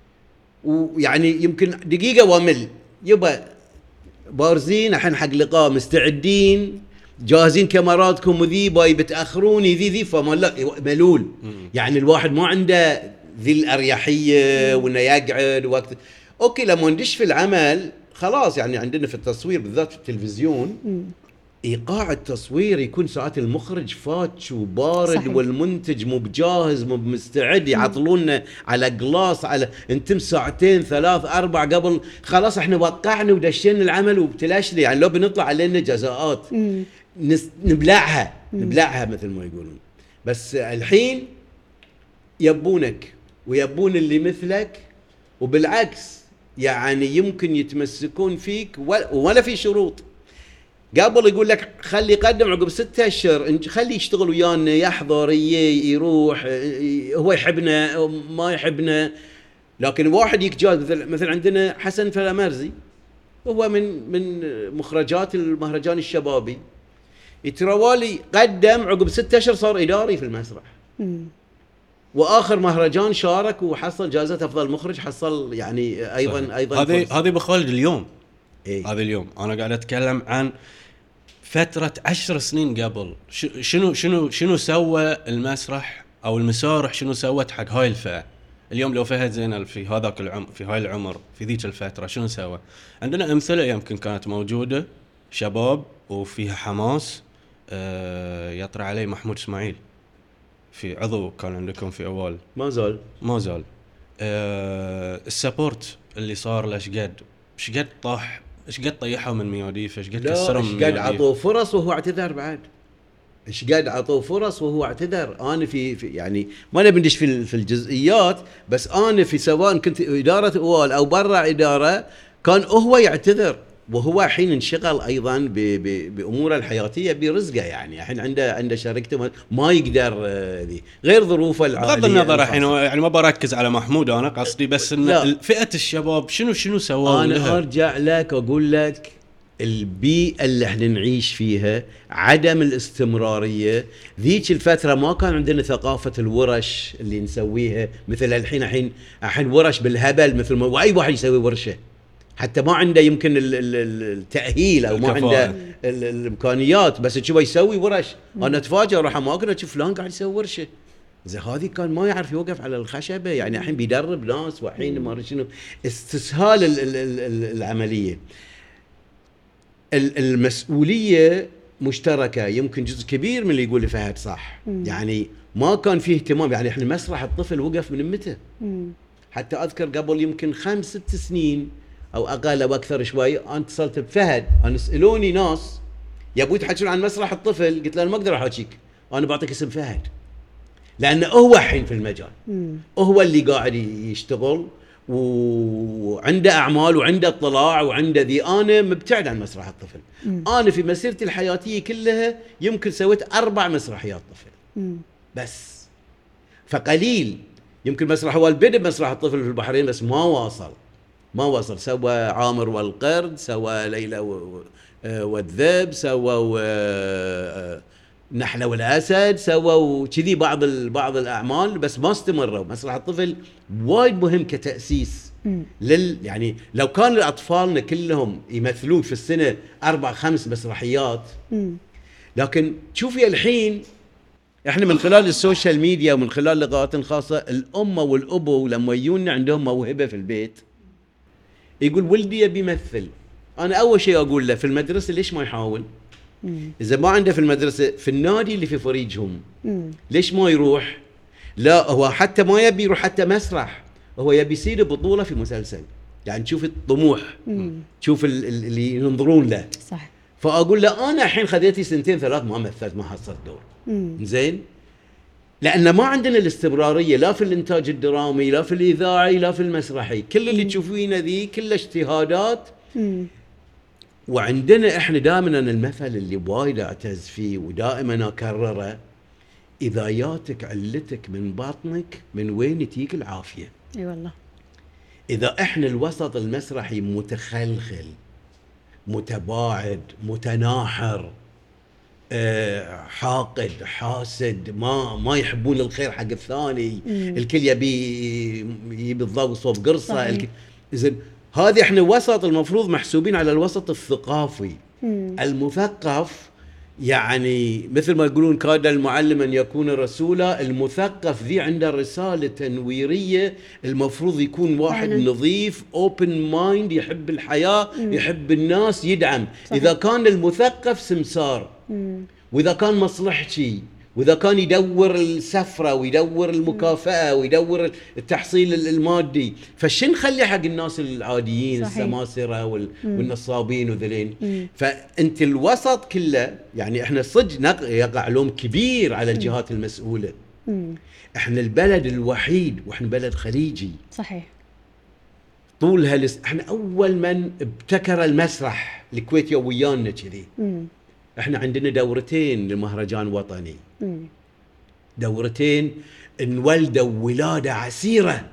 ويعني يمكن دقيقه وامل. يبا بارزين الحين حق لقاء، مستعدين جاهزين كاميراتكم وذي باي بتاخروني ذي ذي فما لا ملول. يعني الواحد ما عنده ذي الاريحيه وانه يقعد وقت. اوكي لما ندش في العمل خلاص، يعني عندنا في التصوير بالذات في التلفزيون ايقاع التصوير يكون ساعات المخرج فاتش وبارد، صحيح. والمنتج مو بجاهز مو مستعد، يعطلونا على قلاص، على انتم ساعتين ثلاث اربع قبل خلاص احنا وقعنا ودشينا العمل وبتلاشنا. يعني لو بنطلع علينا جزاءات نس... نبلعها نبلعها مثل ما يقولون. بس الحين يبونك ويبون اللي مثلك، وبالعكس يعني يمكن يتمسكون فيك ولا في شروط. قبل يقول لك خلي يقدم عقب ستة اشهر خلي يشتغل ويانا، يحضر يروح، هو يحبنا ما يحبنا. لكن واحد يك جاز مثل مثل عندنا حسن فلامرزي، هو من من مخرجات المهرجان الشبابي، يتروالي قدم عقب ستة اشهر صار اداري في المسرح. واخر مهرجان شارك وحصل جائزة افضل مخرج، حصل يعني ايضا صحيح. ايضا هذه هذه بخالد اليوم. إيه؟ هذا اليوم انا قاعد اتكلم عن فترة عشر سنين قبل. شنو شنو شنو سوى المسرح او المسارح، شنو سوت حق هاي الفئة اليوم؟ لو فهد زينل في هذاك العمر، في هاي العمر، في ذيك الفترة شنو سوى؟ عندنا امثلة يمكن كانت موجودة شباب وفيها حماس. آه يطرح عليه محمود اسماعيل، في عضو كان عندكم في اول، ما زال ما زال. آه السبورت اللي صار له شقد شقد طاح، ايش قد طيحوا من مياديف، ايش قد كسرهم من مياديف، ايش قد عطوا فرص وهو اعتذر بعد، ايش قد عطوا فرص وهو اعتذر. انا في, في يعني ما نبي ندش في في الجزئيات، بس انا في سواء كنت اداره اوال او برا اداره كان هو يعتذر، وهو الحين انشغل ايضا باموره الحياتيه برزقه. يعني الحين عنده عنده شركته ما يقدر ذي غير ظروفه العائليه. بغض النظر الحين يعني ما بركز على محمود، انا قصدي بس ان فئه الشباب شنو شنو سووا انا لها. ارجع لك اقول لك البيئه اللي احنا نعيش فيها، عدم الاستمراريه. ذيك الفتره ما كان عندنا ثقافه الورش اللي نسويها مثل الحين. الحين الحين ورش بالهبل مثل ما واي واحد يسوي ورشه، حتى ما عنده يمكن التأهيل أو ما عنده الإمكانيات، بس تشوفه يسوي ورش. أنا أتفاجأ أروح أماكن أشوف فلان قاعد يسوي ورشة، زي هذه كان ما يعرف يوقف على الخشبة. يعني الحين بيدرب ناس، وحين ما أدري شنو، استسهال ال ال ال العملية. المسؤولية مشتركة، يمكن جزء كبير من اللي يقول فهد صح. يعني ما كان فيه اهتمام. يعني إحنا مسرح الطفل وقف من متى؟ حتى أذكر قبل يمكن خمس ست سنين او اقل او اكثر شوي، انا اتصلت بفهد، انا سالوني ناس يبوا يتحكون عن مسرح الطفل، قلت له انا ما اقدر احاكيك، انا بعطيك اسم فهد، لانه هو الحين في المجال، هو اللي قاعد يشتغل وعنده اعمال وعنده اطلاع وعنده ذي. انا مبتعد عن مسرح الطفل. مم. انا في مسيرتي الحياتيه كلها يمكن سويت اربع مسرحيات طفل مم. بس، فقليل. يمكن مسرح اول بدا بمسرح الطفل في البحرين بس ما واصل ما وصل. سوى عامر والقرد، سوى ليلى والذئب، سوى نحلة والأسد، سوى كذي بعض بعض الأعمال، بس ما استمروا. مسرح الطفل وايد مهم كتأسيس لل يعني لو كان اطفالنا كلهم يمثلون في السنه اربع خمس مسرحيات، مم. لكن تشوفي الحين احنا من خلال السوشيال ميديا ومن خلال لقاءات خاصه، الام والابو لما يجون عندهم موهبه في البيت يقول ولدي يبي يمثل، انا اول شيء اقول له في المدرسه ليش ما يحاول؟ مم. اذا ما عنده في المدرسه في النادي اللي في فريقهم مم. ليش ما يروح؟ لا هو حتى ما يبي يروح حتى مسرح، هو يبي يصير بطوله في مسلسل، يعني تشوف الطموح، مم. تشوف ال- ال- اللي ينظرون له. صح. فاقول له انا الحين خذيتي سنتين ثلاث ما مثلت ما حصلت دور. مم. زين؟ لان ما عندنا الاستمراريه لا في الانتاج الدرامي لا في الاذاعي لا في المسرحي، كل اللي تشوفينه ذي كله اجتهادات. مم. وعندنا احنا دائما أنا المثل اللي وايد اعتز فيه ودائما اكرره، اذا جاتك علتك من بطنك من وين تجيك العافيه؟ اي والله. اذا احنا الوسط المسرحي متخلخل متباعد متناحر آه، حاقد حاسد ما ما يحبون الخير حق الثاني، مم. الكل يبي يبي الضوء صوب قرصه. صحيح. الكل اذا هذه احنا وسط المفروض محسوبين على الوسط الثقافي. مم. المثقف يعني مثل ما يقولون كاد المعلم ان يكون رسولا، المثقف ذي عنده رساله تنويريه، المفروض يكون واحد فعلاً. نظيف اوبن مايند، يحب الحياه مم. يحب الناس يدعم. صحيح. اذا كان المثقف سمسار مم. واذا كان مصلحتي واذا كان يدور السفره ويدور المكافاه ويدور التحصيل المادي، فشن نخلي حق الناس العاديين صحيح. السماسره وال... مم. والنصابين وذلين؟ مم. فانت الوسط كله يعني احنا صدق نق- يقع لوم كبير على الجهات المسؤوله. مم. احنا البلد الوحيد واحنا بلد خليجي صحيح. طول هالس احنا اول من ابتكر المسرح، الكويت يا ويانا كذي. مم. احنا عندنا دورتين لمهرجان وطني، مم. دورتين انولدوا ولاده عسيره.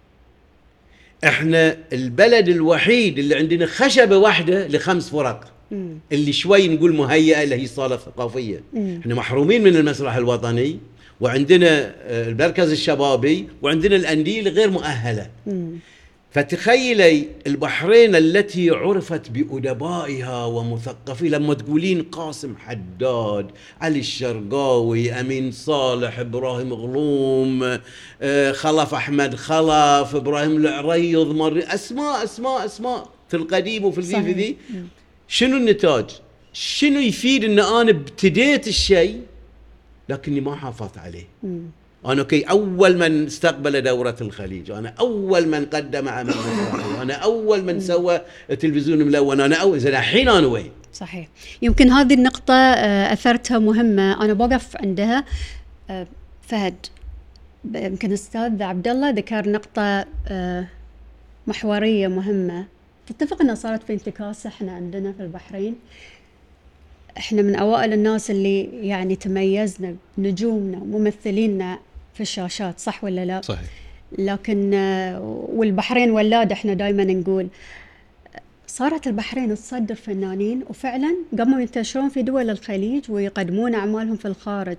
احنا البلد الوحيد اللي عندنا خشبه واحده لخمس فرق، مم. اللي شوي نقول مهيئه اللي هي الصاله الثقافيه. مم. احنا محرومين من المسرح الوطني، وعندنا آه، المركز الشبابي، وعندنا الانديه الغير مؤهله. مم. فتخيلي البحرين التي عرفت بأدبائها ومثقفين، لما تقولين قاسم حداد، علي الشرقاوي، أمين صالح، إبراهيم غلوم، آه، خلف أحمد خلف، إبراهيم العريض، مر أسماء أسماء أسماء في القديم وفي الذي في صحيح. ذي. مم. شنو النتاج؟ شنو يفيد أن أنا ابتديت الشيء لكني ما حافظت عليه؟ مم. أنا كي أول من استقبل دورة الخليج، أنا أول من قدم عمل مسرحي، أنا أول من سوى تلفزيون ملون، أنا أول. إذا الحين أنا وين؟ صحيح. يمكن هذه النقطة آه، أثرتها مهمة، أنا بوقف عندها. آه، فهد، ب- يمكن أستاذ عبد الله ذكر نقطة آه، محورية مهمة. تتفق أنها صارت في انتكاسة إحنا عندنا في البحرين. إحنا من أوائل الناس اللي يعني تميزنا بنجومنا وممثلينا في الشاشات، صح ولا لا؟ صحيح. لكن آه، والبحرين ولاد، إحنا دائما نقول صارت البحرين تصدر فنانين، وفعلا قاموا ينتشرون في دول الخليج ويقدمون أعمالهم في الخارج.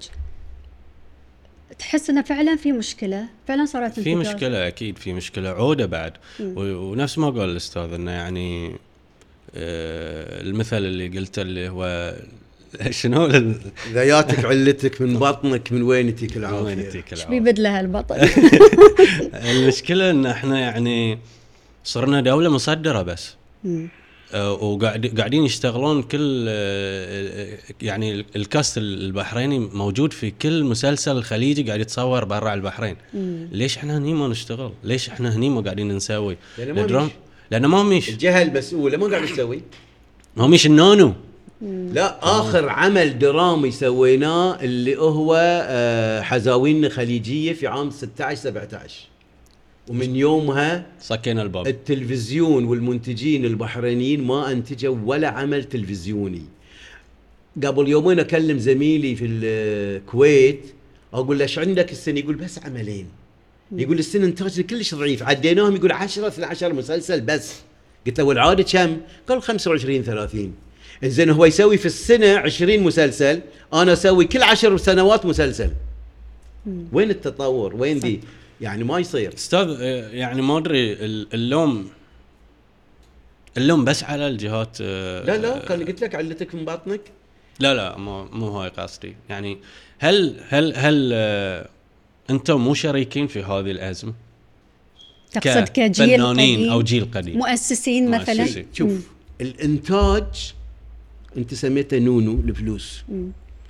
تحس انه فعلا في مشكله، فعلا صارت في انتكاسة. مشكله، اكيد في مشكله عوده بعد. مم. و- ونفس ما قال الاستاذ انه يعني آه، المثل اللي قلته اللي هو شنو ال- إذا جاتك علتك من بطنك من وين تجيك وين العافية؟ يتيك ايش العافية. بيبدلها البطل؟ المشكله ان احنا يعني صرنا دوله مصدره بس، مم. آه، وقاعد قاعدين يشتغلون كل آه، يعني الكاست البحريني موجود في كل مسلسل خليجي قاعد يتصور برا البحرين. مم. ليش احنا هني ما نشتغل؟ ليش احنا هني ما قاعدين نسوي؟ لأن ما الدرام- مش. لأنه ما مش الجهة المسؤولة ما قاعد تسوي. ما مش النانو. لا آخر عمل درامي سويناه اللي هو آه، حزاوين خليجية في عام ستة عشر سبعة عشر، ومن يومها صكينا الباب. التلفزيون والمنتجين البحرينيين ما انتجوا ولا عمل تلفزيوني. قبل يومين اكلم زميلي في الكويت اقول له ايش عندك السنه؟ يقول بس عملين. يقول السنه انتاجنا كلش ضعيف، عديناهم يقول عشرة اثنا عشر مسلسل بس. قلت له والعاده كم؟ قال خمسة وعشرين ثلاثين. زين هو يسوي في السنه عشرين مسلسل، انا اسوي كل عشر سنوات مسلسل. وين التطور؟ وين دي؟ يعني ما يصير. استاذ يعني ما ادري اللوم اللوم بس على الجهات. لا لا كان قلت لك علتك من باطنك. لا لا مو مو هاي قصدي. يعني هل هل هل انتم مو شريكين في هذه الازمه؟ تقصد كجيل قديم او جيل قديم مؤسسين مثلا؟ مؤسسين. شوف مم. الانتاج انت سميته نونو الفلوس. مم.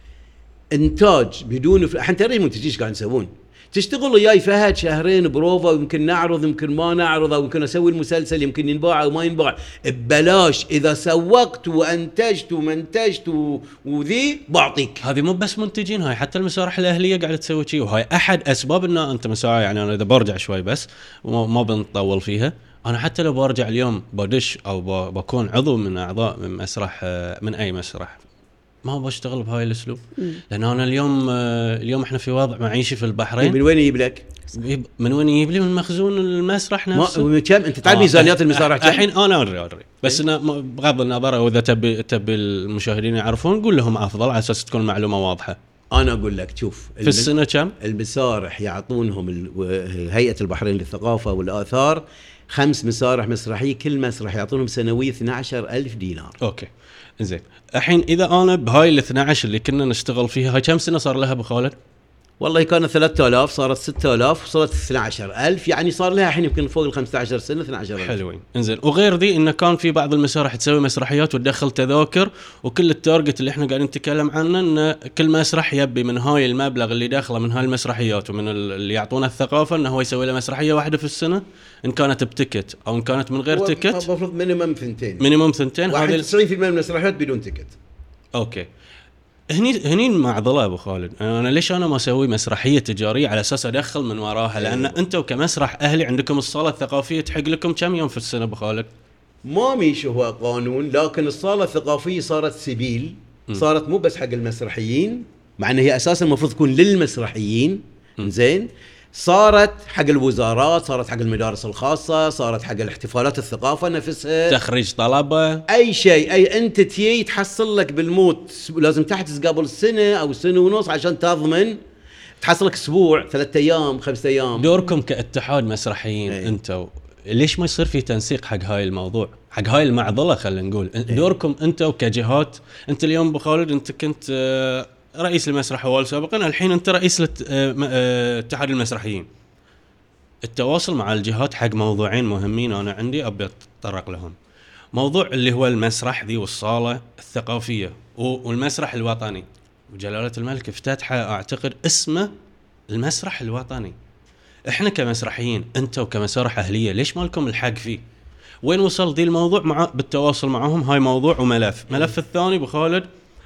انتاج بدون فل... حتى ترى المنتجين قاعد يسوون تشتغل وياي فهد شهرين بروفا ويمكن نعرض يمكن ما نعرض او يمكن اسوي المسلسل يمكن ينباع او ما ينباع ببلاش. اذا سوقت وانتجت ومنتجت و... وذي بعطيك. هذه مو بس منتجين، هاي حتى المسارح الاهليه قاعده تسوي شيء، وهاي احد اسباب ان انت مساعي. يعني انا اذا برجع شوي بس وما بنطول فيها، انا حتى لو برجع اليوم بدش او بكون عضو من اعضاء من مسرح من اي مسرح ما بشتغل بهاي الاسلوب. لان انا اليوم اليوم احنا في وضع معيشي في البحرين. من وين يجيب لك؟ من وين يجيب لي؟ من مخزون المسرح نفسه. ما كم انت تعرف ميزانيات المسارح كم الحين؟ انا ادري ادري بس انا بغض النظر، واذا تبي تبي المشاهدين يعرفون قول لهم افضل على اساس تكون المعلومه واضحه. انا اقول لك شوف في السنه كم المسارح يعطونهم هيئه البحرين للثقافه والاثار خمس مسارح مسرحيه، كل مسرح يعطونهم سنويه اثنا عشر ألف دينار. اوكي زين. الحين اذا انا بهاي ال اثنا عشر اللي كنا نشتغل فيها، هاي كم سنه صار لها ابو خالد؟ والله كانت ثلاثة آلاف صارت ستة آلاف وصلت اثنا عشر ألف، يعني صار لها الحين يمكن فوق ال خمسة عشر سنه اثنا عشر ألف. حلوين. انزين. وغير ذي انه كان في بعض المسارح تسوي مسرحيات وتدخل تذاكر، وكل التارجت اللي احنا قاعدين نتكلم عنه ان كل مسرح يبي من هاي المبلغ اللي داخله من هاي المسرحيات ومن اللي يعطونا الثقافه انه هو يسوي له مسرحيه واحده في السنه، ان كانت بتكت او ان كانت من غير تكت. المفروض مينيمم ثنتين. مينيمم ثنتين. هذه تسعين بالمئة من المسرحيات بدون تكت. اوكي. هني هني معضله ابو خالد. انا ليش انا ما اسوي مسرحيه تجاريه على اساس ادخل من وراها؟ لان انتم كمسرح اهلي عندكم الصاله الثقافيه تحق لكم كم يوم في السنه ابو خالد؟ ما ميش هو قانون، لكن الصاله الثقافيه صارت سبيل، صارت مو بس حق المسرحيين، مع ان هي اساسا المفروض تكون للمسرحيين. زين. صارت حق الوزارات، صارت حق المدارس الخاصة، صارت حق الاحتفالات الثقافة نفسها، تخريج طلبة، أي شيء. أي أنت تيجي تحصل لك بالموت لازم تحجز قبل سنة أو سنة ونص عشان تضمن تحصل لك أسبوع ثلاثة أيام خمسة أيام. دوركم كاتحاد مسرحيين ايه؟ أنتوا ليش ما يصير في تنسيق حق هاي الموضوع، حق هاي المعضلة؟ خلينا نقول ايه؟ دوركم أنتوا كجهات. أنت اليوم أبو خالد أنت كنت رئيس المسرح أول سابقا، الحين أنت رئيس اتحاد المسرحيين. التواصل مع الجهات حق موضوعين مهمين أنا عندي أبي أتطرق لهم. موضوع اللي هو المسرح ذي والصالة الثقافية والمسرح الوطني، وجلالة الملك افتتحه أعتقد اسمه المسرح الوطني. إحنا كمسرحيين أنتوا كمسارح أهلية ليش ما لكم الحق فيه؟ وين وصل ذي الموضوع مع بالتواصل معهم؟ هاي موضوع وملف. ملف الثاني أبو خالد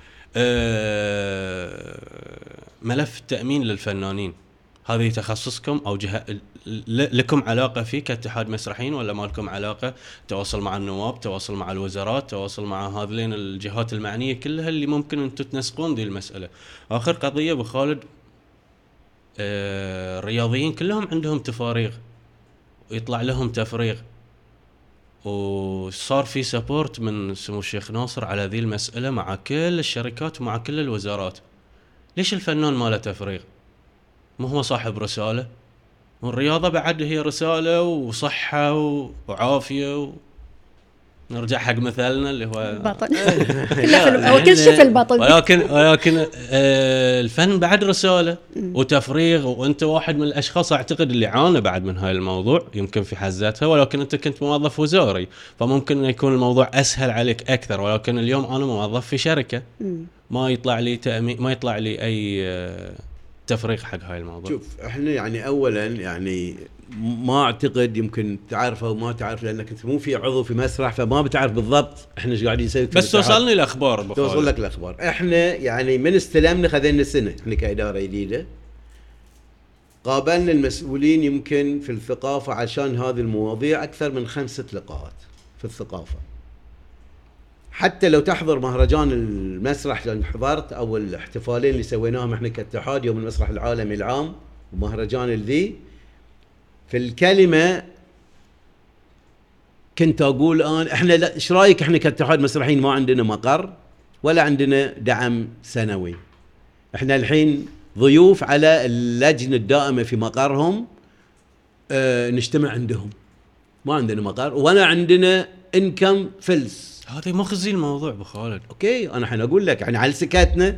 أه ملف التأمين للفنانين. هذه تخصصكم أو جهة لكم علاقة فيه كاتحاد مسرحيين ولا ما لكم علاقة؟ تواصل مع النواب، تواصل مع الوزارات، تواصل مع هذين الجهات المعنية كلها اللي ممكن أنتم تنسقون دي المسألة. آخر قضية أبو خالد، أه الرياضيين كلهم عندهم تفاريغ ويطلع لهم تفريغ، وصار في سبورت من سمو الشيخ ناصر على ذي المسألة مع كل الشركات ومع كل الوزارات. ليش الفنان ما له تفريغ؟ ما هو صاحب رسالة؟ والرياضة بعد هي رسالة وصحة وعافية و... نرجع حق مثالنا اللي هو البطن. هو كل شيء في البطن. ولكن ولكن آه الفن بعد رسالة وتفريغ، وانت واحد من الاشخاص اعتقد اللي عانى بعد من هاي الموضوع يمكن في حد ذاتها، ولكن انت كنت موظف وزاري فممكن يكون الموضوع اسهل عليك اكثر. ولكن اليوم انا موظف في شركة، ما يطلع لي تأمين، ما يطلع لي اي آه تفريغ حق هاي الموضوع. شوف احنا يعني اولا يعني ما اعتقد يمكن تعرفه او ما تعرف لانك انت مو في عضو في مسرح فما بتعرف بالضبط احنا ايش قاعدين نسوي. بس توصلني الاخبار بخالد. توصل لك الاخبار. احنا يعني من استلمنا خذينا السنه احنا كاداره جديده، قابلنا المسؤولين يمكن في الثقافه عشان هذه المواضيع اكثر من خمسه لقاءات في الثقافه. حتى لو تحضر مهرجان المسرح اللي حضرت او الاحتفالين اللي سويناهم احنا كاتحاد، يوم المسرح العالمي العام ومهرجان الذي، في الكلمه كنت اقول انا احنا ايش رايك احنا كاتحاد مسرحيين ما عندنا مقر ولا عندنا دعم سنوي، احنا الحين ضيوف على اللجنه الدائمه في مقرهم آه نجتمع عندهم، ما عندنا مقر ولا عندنا انكم فلس. هذا مخزي الموضوع ابو خالد. اوكي انا الحين اقول لك يعني على سكاتنا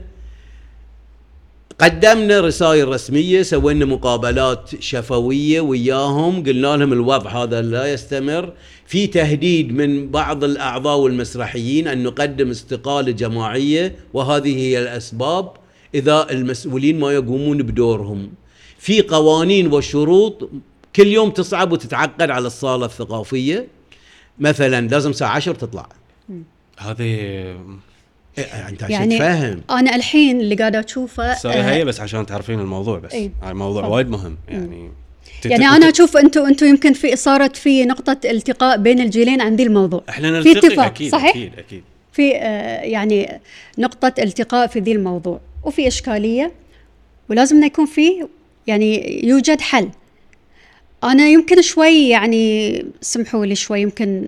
قدمنا رسائل رسميه، سوينا مقابلات شفويه وياهم، قلنا لهم الوضع هذا لا يستمر، في تهديد من بعض الاعضاء والمسرحيين ان نقدم استقاله جماعيه وهذه هي الاسباب اذا المسؤولين ما يقومون بدورهم. في قوانين وشروط كل يوم تصعب وتتعقد على الصاله الثقافيه، مثلا لازم الساعه عشرة تطلع. هذه إيه انت عشان يعني تفهم. انا الحين اللي قاعده اشوفه سوري آه هي بس عشان تعرفين الموضوع بس. ايه؟ هاي موضوع فضل. وايد مهم يعني. يعني انا اشوف انتم انتم يمكن في صارت في نقطه التقاء بين الجيلين عن ذي الموضوع. احنا في نلتقي اتفاق اكيد صحيح؟ اكيد اكيد في آه يعني نقطه التقاء في ذي الموضوع، وفي اشكاليه ولازم يكون في يعني يوجد حل. انا يمكن شوي يعني سمحوا لي شوي يمكن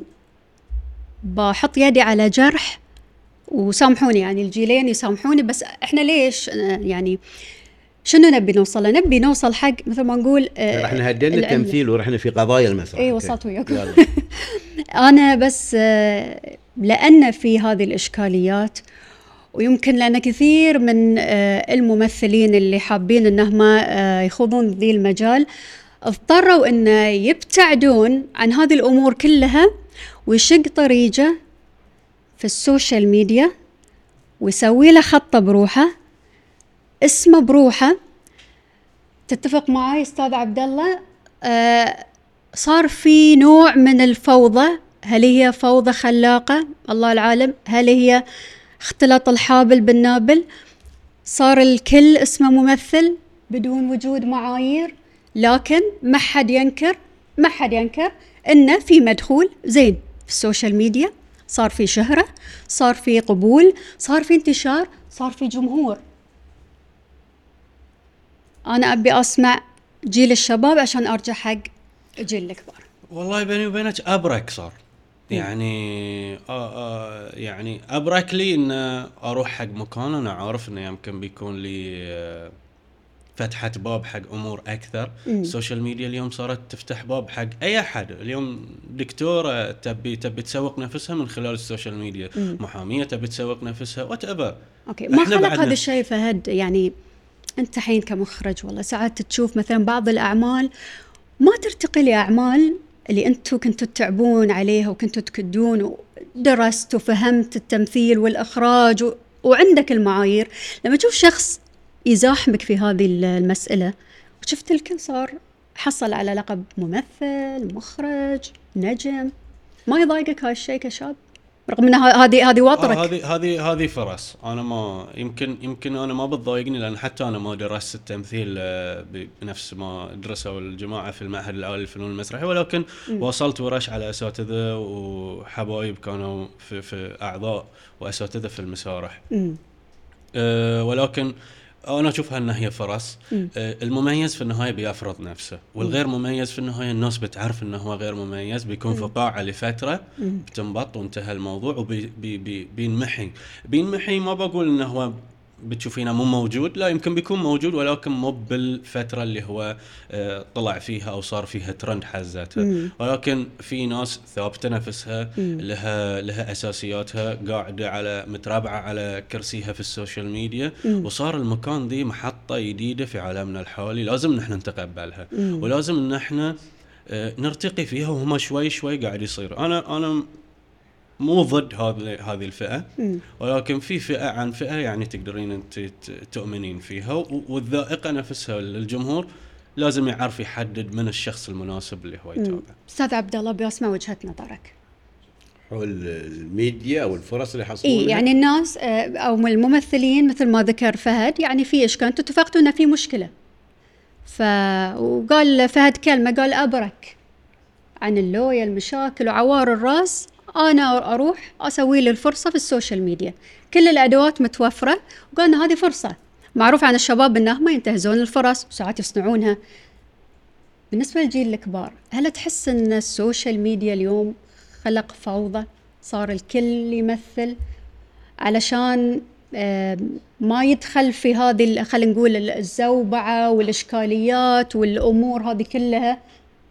بحط يدي على جرح وسامحوني، يعني الجيلين يسامحوني، بس احنا ليش يعني شنو نبي نوصل؟ نبي نوصل حق مثل ما نقول آه رحنا هدينا التمثيل ورحنا في قضايا المسرح. اي وصلت وياكم. انا بس آه لان في هذه الاشكاليات، ويمكن لان كثير من آه الممثلين اللي حابين انهم آه يخوضون ذي المجال اضطروا ان يبتعدون عن هذه الامور كلها، ويشق طريقه في السوشيال ميديا ويسوي له خطه بروحه، اسمه بروحه. تتفق معي استاذ عبد الله؟ آه صار في نوع من الفوضى. هل هي فوضى خلاقه؟ الله العالم. هل هي اختلاط الحابل بالنابل؟ صار الكل اسمه ممثل بدون وجود معايير، لكن ما حد ينكر ما حد ينكر انه في مدخول زين في السوشيال ميديا، صار في شهرة، صار في قبول، صار في انتشار، صار في جمهور. أنا أبي أسمع جيل الشباب عشان أرجع حق جيل الكبار. والله بيني وبينك أبرك صار يعني آه آه يعني أبرك لي إن أروح حق مكان أنا عارف إنه يمكن بيكون لي آه فتحة باب حق أمور أكثر. السوشيال ميديا اليوم صارت تفتح باب حق أي أحد. اليوم دكتورة تبي تبي تسوق نفسها من خلال السوشيال ميديا، مم. محامية تبي تسوق نفسها واتأبر. أوكي، ما خلق هذا الشيء فهد؟ يعني أنت حين كمخرج والله ساعات تشوف مثلا بعض الأعمال ما ترتقي لأعمال اللي أنتوا كنتوا تتعبون عليها وكنتوا تكدون ودرست وفهمت التمثيل والإخراج و... وعندك المعايير. لما تشوف شخص يزاحمك في هذه المسألة وشفت الكل صار حصل على لقب ممثل، مخرج، نجم، ما يضايقك هالشيء كشاب؟ رغم ان هذه هذه واطرك. هذه هذه هذه فرص. انا ما يمكن يمكن انا ما بتضايقني لان حتى انا ما درست التمثيل بنفس ما درسوا الجماعه في المعهد العالي للفنون المسرحيه، ولكن م. وصلت ورش على اساتذه وحبايب كانوا في, في اعضاء واساتذه في المسارح. أه ولكن أنا أشوفها أنها هي فرص. م. المميز في النهاية بيفرض نفسه، والغير مميز في النهاية الناس بتعرف أنه هو غير مميز، بيكون فقاعة لفترة بتنبط وانتهى الموضوع وبينمحي. بينمحي ما بقول أنه هو بتشوفينه مو موجود، لا يمكن بيكون موجود ولكن مو بالفترة اللي هو طلع فيها أو صار فيها ترند حزتها. ولكن في ناس ثابتة نفسها، م. لها لها أساسياتها، قاعدة على مترابعة على كرسيها في السوشيال ميديا، م. وصار المكان دي محطة جديدة في عالمنا الحالي لازم نحن نتقبلها، م. ولازم إن احنا نرتقي فيها، وهم شوي شوي قاعد يصير. أنا أنا مو ضد هذه هذه الفئة، م. ولكن في فئة عن فئة يعني تقدرين انت تؤمنين فيها، والذائقة نفسها للجمهور لازم يعرف يحدد من الشخص المناسب اللي هو يتابع. استاذ عبد الله بيسمع وجهة نظرك حول الميديا او الفرص اللي حصلوا. إيه يعني الناس او الممثلين مثل ما ذكر فهد، يعني في اشكال، انتم اتفقتوا ان في مشكلة، ف وقال فهد كلمة، قال ابرك عن اللويا المشاكل وعوار الراس، أنا أروح أسوي لي الفرصة في السوشيال ميديا، كل الأدوات متوفرة، وقالنا هذه فرصة. معروف عن الشباب أنهم ينتهزون الفرص وساعات يصنعونها. بالنسبة للجيل الكبار، هل تحس أن السوشيال ميديا اليوم خلق فوضى؟ صار الكل يمثل علشان ما يدخل في هذه خلينا نقول الزوبعة والإشكاليات والأمور هذه كلها؟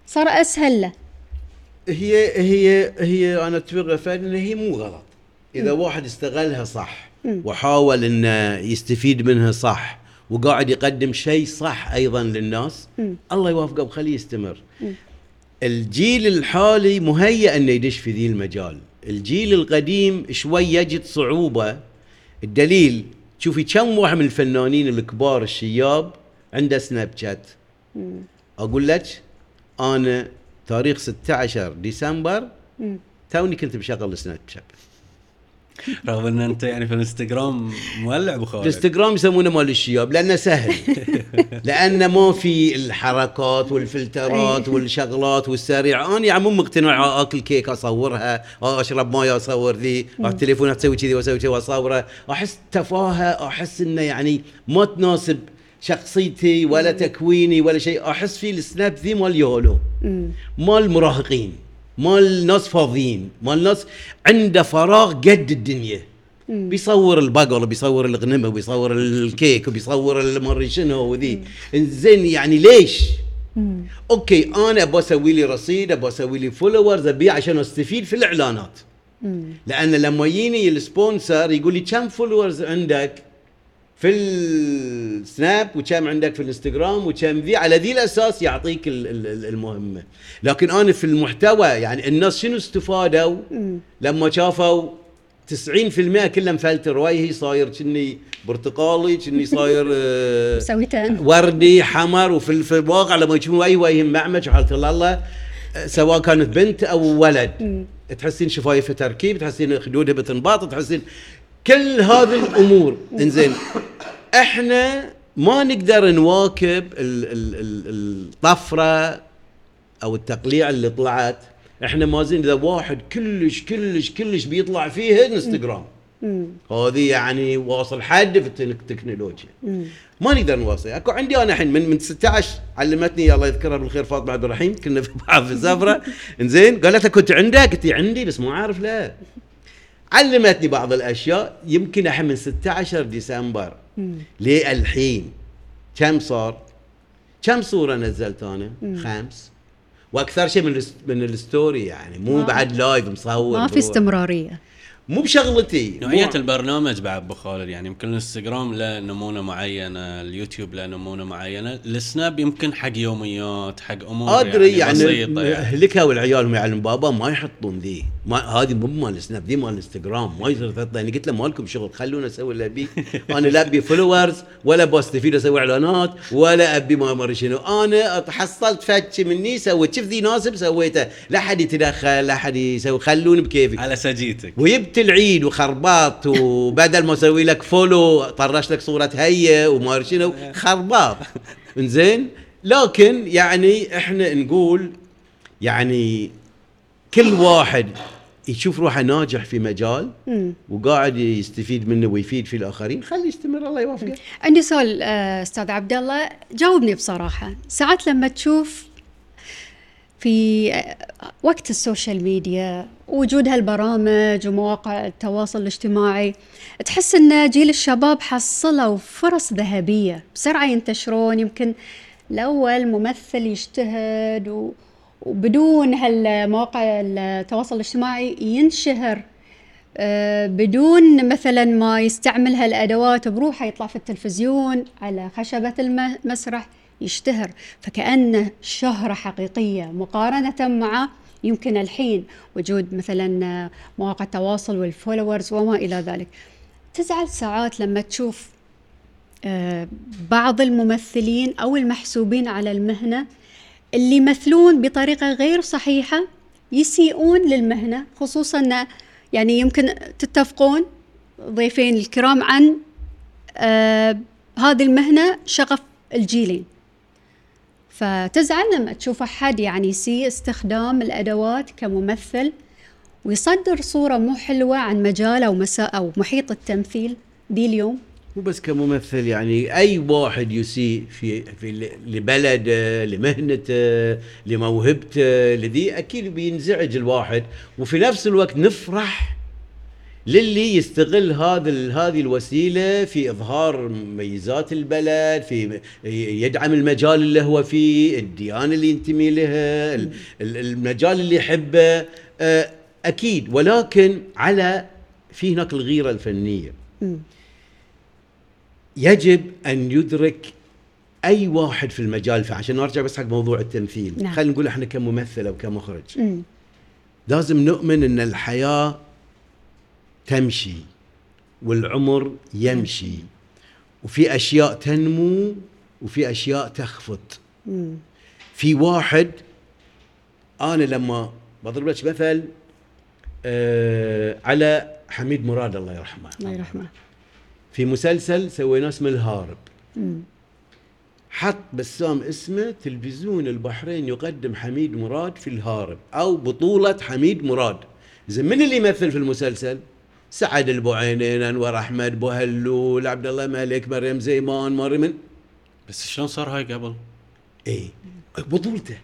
صار اسهل له. هي هي هي انا اتفق فعلا ان هي مو غلط اذا م. واحد استغلها صح م. وحاول انه يستفيد منها صح وقاعد يقدم شيء صح ايضا للناس م. الله يوفقه وخليه يستمر. م. الجيل الحالي مهيأ انه يدش في ذي المجال، الجيل القديم شوي يجد صعوبة. الدليل شوفي كم واحد من الفنانين الكبار الشياب عنده سناب شات. م. اقول لك انا تاريخ ستة عشر ديسمبر م. توني كنت بشغل سناب شات، رغم ان انت يعني في الانستغرام مولع بخالد. الانستغرام يسمونه مال الشياب لانه سهل لانه ما في الحركات والفلترات والشغلات والسريع. انا يعني مو مقتنع اكل كيك اصورها، اشرب ماي اصور ذي، التليفون اسوي كذي واسوي كذي واصوره، احس تفاهه، احس انه يعني ما تناسب شخصيتي ولا تكويني ولا شيء. احس في السناب ذي مال يولو، مال مراهقين، مال ناس فاضيين، مال ناس عنده فراغ قد الدنيا. مم. بيصور البقر، بيصور الغنمه، بيصور الكيك، وبيصور المري شنو وذي. زين يعني ليش؟ مم. اوكي انا ابغى اسوي لي رصيد، ابغى اسوي لي فولورز، ابي عشان استفيد في الاعلانات. مم. لان لما يجيني السبونسر يقول لي كم فولورز عندك في السناب وكم عندك في الانستغرام وكم ذي، على ذي الاساس يعطيك المهمه. لكن انا في المحتوى يعني الناس شنو استفادوا لما شافوا تسعين بالمئة كلهم فلتر وجهي صاير كني برتقالي، كني صاير مسويتين وردي حمر، وفي في الواقع لما يشوفون وجهي وجه معمج وحالة الله سواء كانت بنت او ولد، تحسين شفايفها تركيب، تحسين خدودها بتنباط، تحسين كل هذه الامور. انزين احنا ما نقدر نواكب الطفره او التقليع اللي طلعت. احنا ما زين اذا واحد كلش كلش كلش بيطلع فيه انستغرام، هذه يعني واصل حد في التكنولوجيا، ما نقدر نواصل. اكو عندي انا الحين من من ستة عشر علمتني الله يذكرها بالخير فاطمه عبد الرحيم، كنا في بعض في سفره. انزين قالت كنت عندك؟ قلت عندي بس ما عارف لا. علمتني بعض الاشياء. يمكن الحين من ستة عشر ديسمبر للحين كم صار؟ كم صوره نزلت انا؟ مم. خمس، واكثر شيء من من الستوري، يعني مو ما بعد لايف مصور، ما في استمراريه، مو بشغلتي. نوعيه البرنامج بعد ابو خالد، يعني يمكن الانستغرام له نمونه معينه، اليوتيوب له نمونه معينه، السناب يمكن حق يوميات، حق امور ادري يعني بسيطه. يعني اهلكها والعيال يعلم بابا ما يحطون ذي، ما هذه مو مال السناب، ذي مال الانستغرام، ما يصير تحط. يعني قلت له مالكم شغل، خلونا نسوي اللي ابي. انا لا ابي فولورز ولا بستفيد اسوي اعلانات ولا ابي ما ادري شنو. انا حصلت فتش مني سويت شوف ذي ناسب سويته، لا حد يتدخل، لا حد يسوي، خلوني بكيفي على سجيتك. ويبت العيد وخرباط، وبدل ما اسوي لك فولو طرش لك صوره هي وما ادري شنو، خرباط. انزين لكن يعني احنا نقول يعني كل واحد يشوف روحه ناجح في مجال وقاعد يستفيد منه ويفيد في الاخرين، خليه يستمر الله يوفقه. عندي سؤال استاذ عبد الله، جاوبني بصراحه. ساعات لما تشوف في وقت السوشيال ميديا وجود هالبرامج ومواقع التواصل الاجتماعي، تحس ان جيل الشباب حصلوا فرص ذهبيه بسرعه ينتشرون، يمكن الاول ممثل يجتهد و وبدون هالمواقع التواصل الاجتماعي ينشهر، أه بدون مثلا ما يستعمل هالادوات بروحه يطلع في التلفزيون على خشبة المسرح يشتهر، فكأنه شهرة حقيقية مقارنة مع يمكن الحين وجود مثلا مواقع التواصل والفولورز وما إلى ذلك. تزعل ساعات لما تشوف أه بعض الممثلين أو المحسوبين على المهنة اللي يمثلون بطريقة غير صحيحة، يسيئون للمهنة، خصوصا يعني يمكن تتفقون ضيفين الكرام عن آه هذه المهنة شغف الجيلين، فتزعل لما تشوف أحد يعني يسيء استخدام الأدوات كممثل ويصدر صورة مو حلوة عن مجال أو مساء أو محيط التمثيل دي اليوم. مو بس كممثل، يعني أي واحد يسيء في, في لبلده، لمهنته، لموهبته، لذي أكيد بينزعج الواحد. وفي نفس الوقت نفرح للي يستغل هذا هذه الوسيله في اظهار مميزات البلد، في يدعم المجال اللي هو فيه، الديانه اللي ينتمي لها، المجال اللي يحبه، اكيد. ولكن على في هناك الغيره الفنيه. يجب ان يدرك اي واحد في المجال، فعشان نرجع بس حق موضوع التمثيل، نعم. خلينا نقول احنا كممثل او كمخرج، م. لازم نؤمن ان الحياه تمشي والعمر يمشي، وفي اشياء تنمو وفي اشياء تخفت. م. في واحد، انا لما بضرب لك مثل آه على حميد مراد الله يرحمه، الله يرحمه، في مسلسل سويناه اسمه الهارب، م. حط بسام اسمه تلفزيون البحرين يقدم حميد مراد في الهارب، او بطولة حميد مراد. زين من اللي يمثل في المسلسل؟ سعد البعينين، انور احمد، بوهلول، عبد الله مالك، مريم زيمان، مريم. بس شلون صار هاي قبل؟ ايه بطولته،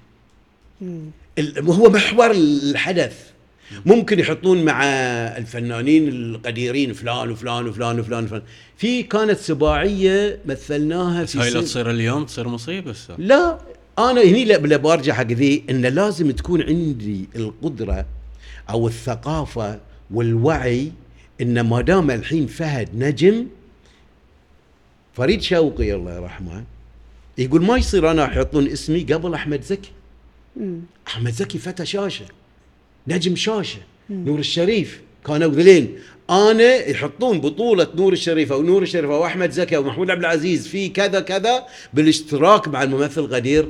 هو محور الحدث. ممكن يحطون مع الفنانين القديرين فلان وفلان وفلان وفلان وفلان. في كانت سباعيه مثلناها في هاي لا تصير اليوم تصير مصيبه. لا انا هني لا برجع حق ذي، ان لازم تكون عندي القدره او الثقافه والوعي، ان ما دام الحين فهد نجم، فريد شوقي الله يرحمه يقول ما يصير انا يحطون اسمي قبل احمد زكي. مم. احمد زكي فتى شاشه، نجم شاشه. مم. نور الشريف، كانوا ذلين انا يحطون بطوله نور الشريف او نور الشريف او احمد زكي او محمود عبد العزيز في كذا كذا بالاشتراك مع الممثل القدير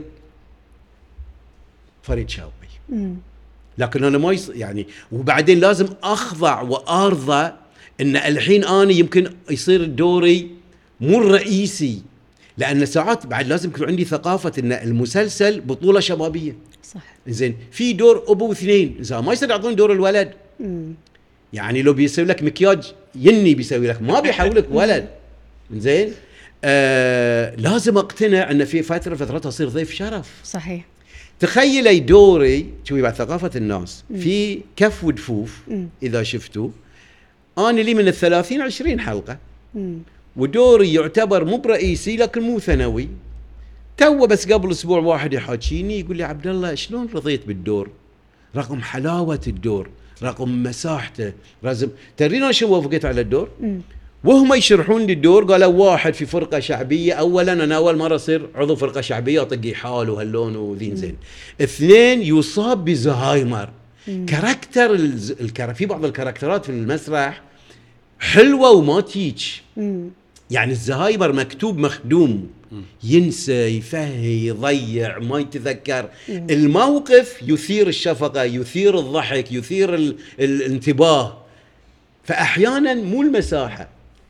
فريد شوقي. مم. لكن انا ما يص... يعني وبعدين لازم اخضع وارضى ان الحين انا يمكن يصير دوري مو الرئيسي، لان ساعات بعد لازم يكون عندي ثقافه ان المسلسل بطوله شبابيه. صح. زين في دور ابو اثنين، اذا ما يصير يعطون دور الولد. مم. يعني لو بيسوي لك مكياج يني بيسوي لك، ما بيحولك ولد. زين آه لازم اقتنع ان في فتره فترات اصير ضيف شرف. صحيح. تخيلي دوري، شوفي بعد ثقافه الناس مم. في كف ودفوف. مم. اذا شفتوا انا لي من الثلاثين عشرين حلقه. مم. ودوري يعتبر مو برئيسي لكن مو ثانوي. تو بس قبل اسبوع واحد يحاكيني يقول لي عبد الله شلون رضيت بالدور؟ رغم حلاوه الدور، رغم مساحته، لازم ترينا شو وافقت على الدور. م. وهم يشرحون لي الدور قالوا واحد في فرقه شعبيه، اولا انا اول مره اصير عضو فرقه شعبيه اطقي حال وهاللون وذين زين. اثنين يصاب بزهايمر. م. كاركتر الكر... في بعض الكاركترات في المسرح حلوه وما تيج. يعني الزهايمر مكتوب مخدوم، ينسى، يفهي، يضيع، ما يتذكر. الموقف يثير الشفقة، يثير الضحك، يثير ال... الانتباه. فأحيانا مو المساحة،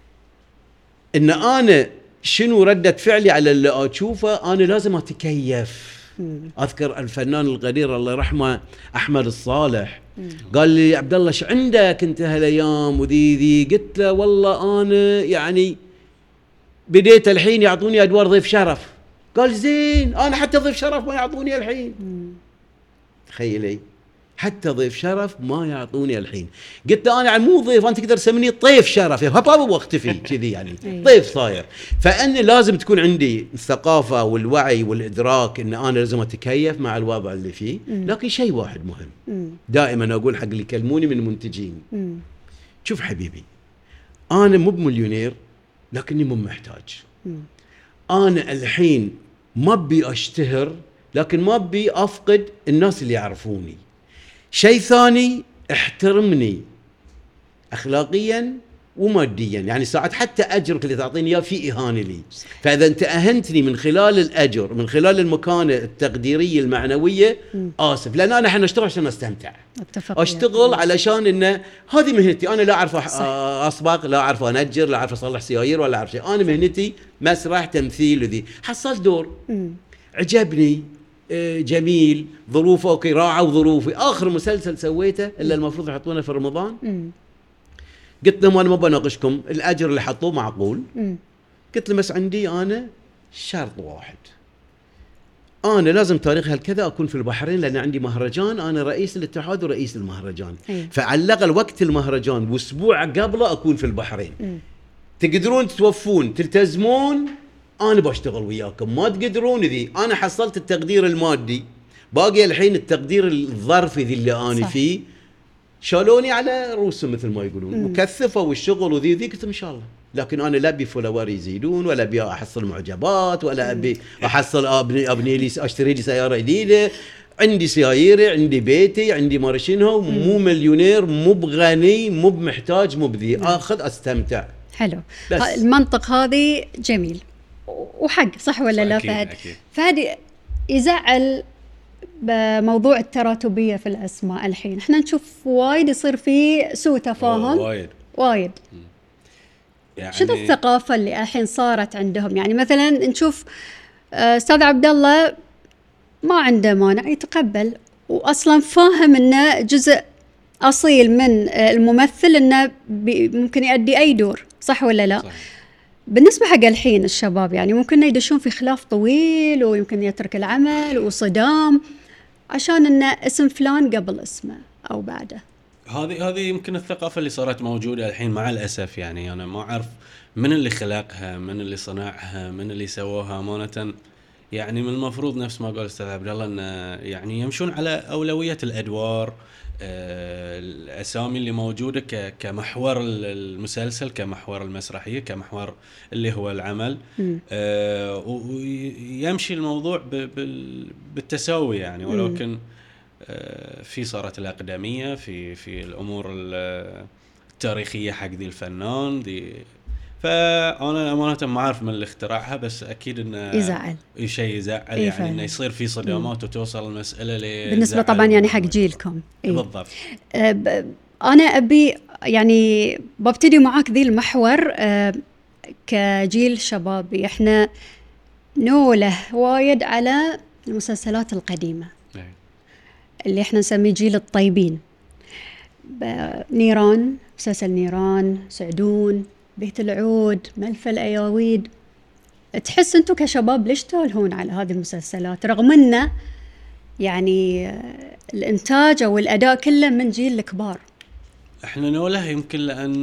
إن أنا شنو ردة فعلي على اللي أشوفه، أنا لازم أتكيف. أذكر الفنان القدير الله يرحمه أحمد الصالح قال لي عبد الله ايش عندك انت هالايام وذي ذي؟ قلت له والله أنا يعني بديت الحين يعطوني ادوار ضيف شرف. قال زين انا حتى ضيف شرف ما يعطوني الحين. تخيلي حتى ضيف شرف ما يعطوني الحين. قلت انا مو ضيف، انت تقدر تسميني طيف شرف، هبا واختفي كذي يعني ضيف صاير. فان لازم تكون عندي الثقافه والوعي والادراك ان انا لازم اتكيف مع الوضع اللي فيه. لكن شيء واحد مهم دائما اقول حق اللي يكلموني من المنتجين، شوف حبيبي انا مو بمليونير لكني مو محتاج. انا الحين ما ابي اشتهر لكن ما ابي افقد الناس اللي يعرفوني. شيء ثاني احترمني اخلاقيا وماديا، يعني ساعات حتى اجرك اللي تعطيني اياه في اهانه لي. فاذا انت اهنتني من خلال الاجر، من خلال المكانه التقديريه المعنويه، م. اسف، لان انا احنا نشتغل عشان استمتع، اشتغل علشان انه هذه مهنتي. انا لا اعرف اسبق، لا اعرف انجر، لا اعرف اصلح سيايير، ولا اعرف شيء. انا مهنتي مسرح، تمثيل وذي. حصلت دور م. عجبني، جميل، ظروفه اوكي، راعوا ظروفي. اخر مسلسل سويته الا المفروض يحطونه في رمضان، م. قلت لهم انا ما بناقشكم، الاجر اللي حطوه معقول. م. قلت لهم بس عندي انا شرط واحد، انا لازم تاريخ هالكذا اكون في البحرين لان عندي مهرجان، انا رئيس الاتحاد ورئيس المهرجان. أي. فعلى الاقل وقت المهرجان واسبوع قبله اكون في البحرين. م. تقدرون توفون تلتزمون انا بشتغل وياكم، ما تقدرون ذي انا حصلت التقدير المادي، باقي الحين التقدير الظرفي ذي اللي انا صح. فيه شالوني على رؤوسهم مثل ما يقولون، وكثفوا الشغل وذي ذي قلت ان شاء الله، لكن انا لا ابي فولور يزيدون ولا ابي احصل معجبات ولا ابي احصل ابني ابني لي اشتري لي سياره جديده، عندي سياري عندي بيتي عندي مارشينها، مو مليونير مو بغني مو بمحتاج مو بذي، اخذ استمتع. حلو بس. المنطق هذه جميل وحق صح ولا لا فهد؟ فهد يزعل بموضوع التراتبية في الأسماء. الحين احنا نشوف وايد يصير فيه سوء تفاهم وايد وايد. يعني شنو الثقافة اللي الحين صارت عندهم؟ يعني مثلا نشوف أستاذ عبد الله ما عنده مانع يتقبل، وأصلا فاهم إنه جزء أصيل من الممثل إنه ممكن يؤدي أي دور صح ولا لا؟ صح. بالنسبة حق الحين الشباب يعني ممكن يدشون في خلاف طويل ويمكن يترك العمل وصدام عشان إنه اسم فلان قبل اسمه أو بعده. هذه هذه يمكن الثقافة اللي صارت موجودة الحين مع الأسف. يعني أنا ما أعرف من اللي خلقها من اللي صنعها من اللي سووها أمانة. يعني من المفروض نفس ما قال أستاذ عبد الله إن يعني يمشون على أولوية الأدوار، آه الأسامي اللي موجودة ك كمحور المسلسل كمحور المسرحية كمحور اللي هو العمل، آه ويمشي الموضوع بالتساوي يعني. ولكن آه في صارت الأقدمية في في الأمور التاريخية حق ذي الفنان ذي. فأنا أمانة ما أعرف من اللي اخترعها، بس أكيد إنه يزعل شيء يزعل إيه يعني إنه يصير في صدامات وتوصل المسألة ل بالنسبة طبعا يعني حق جيلكم إيه؟ بالضبط. أه ب... أنا أبي يعني ببتدي معاك ذي المحور. أه كجيل شبابي إحنا نوله وايد على المسلسلات القديمة إيه؟ اللي إحنا نسميه جيل الطيبين. نيران، مسلسل نيران، سعدون، بيت العود، ملف الأياويد. تحس أنتوا كشباب ليش تولهون على هذه المسلسلات رغم أنه يعني الإنتاج أو الأداء كله من جيل الكبار؟ احنا نوله يمكن لأن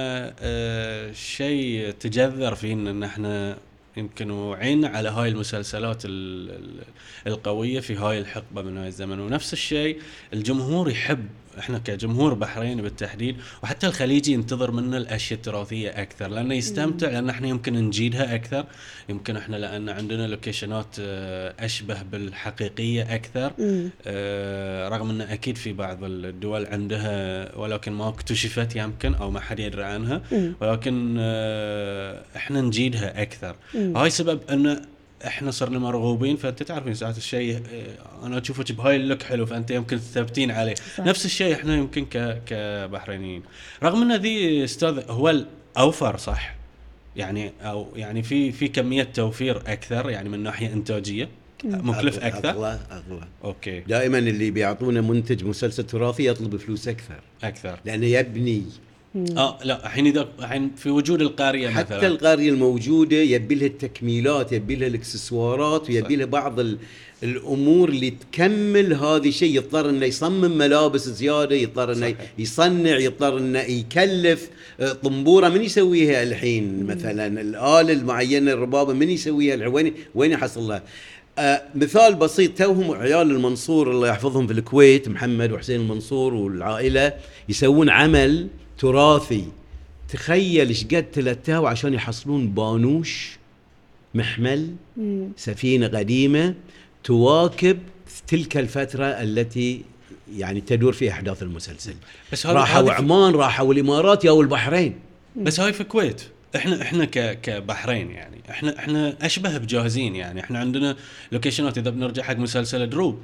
آه شيء تجذر فينا أن احنا يمكن وعينا على هاي المسلسلات القوية في هاي الحقبة من هاي الزمن. ونفس الشيء الجمهور يحب، احنا كجمهور بحريني بالتحديد وحتى الخليجي ينتظر منا الاشياء التراثيه اكثر لانه يستمتع، لان احنا يمكن نجيدها اكثر، يمكن احنا لان عندنا لوكيشنات اشبه بالحقيقيه اكثر، اه رغم ان اكيد في بعض الدول عندها ولكن ما اكتشفت يمكن او ما حد يدري عنها، ولكن اه احنا نجيدها اكثر. هاي سبب ان احنا صرنا مرغوبين. فانت تعرفين ساعات الشيء انا اشوفك بهاي اللوك حلو فانت يمكن تثبتين عليه. صح. نفس الشيء احنا يمكن ك كبحرينيين رغم ان ذي استاذ هو الاوفر صح يعني، او يعني في في كميه توفير اكثر يعني من ناحيه انتاجيه مكلف اكثر اغلى اغلى. اوكي دائما اللي بيعطونا منتج مسلسل تراثي يطلب فلوس اكثر اكثر لانه يبني. اه لا الحين اذا الحين في وجود القاريه حتى مثلا حتى القاريه الموجوده يبي لها التكميلات، يبي لها الاكسسوارات، ويبي لها بعض الامور اللي تكمل هذا الشيء. يضطر انه يصمم ملابس زياده، يضطر انه يصنع، يضطر انه يكلف. طنبوره من يسويها الحين مثلا، الاله المعينه الربابه من يسويها، وين وين يحصل لها؟ آه مثال بسيط، توهم عيال المنصور الله يحفظهم في الكويت، محمد وحسين المنصور والعائله يسوون عمل تراثي. تخيل ايش قد تلتاوا عشان يحصلون بانوش محمل، مم. سفينة قديمة تواكب تلك الفترة التي يعني تدور فيها أحداث المسلسل. راحوا عمان، راحوا الإمارات، يا البحرين. بس هاي في الكويت. احنا احنا ك كبحرين يعني احنا احنا اشبه بجاهزين يعني. احنا عندنا لوكيشنات اذا بنرجع حق مسلسل دروب،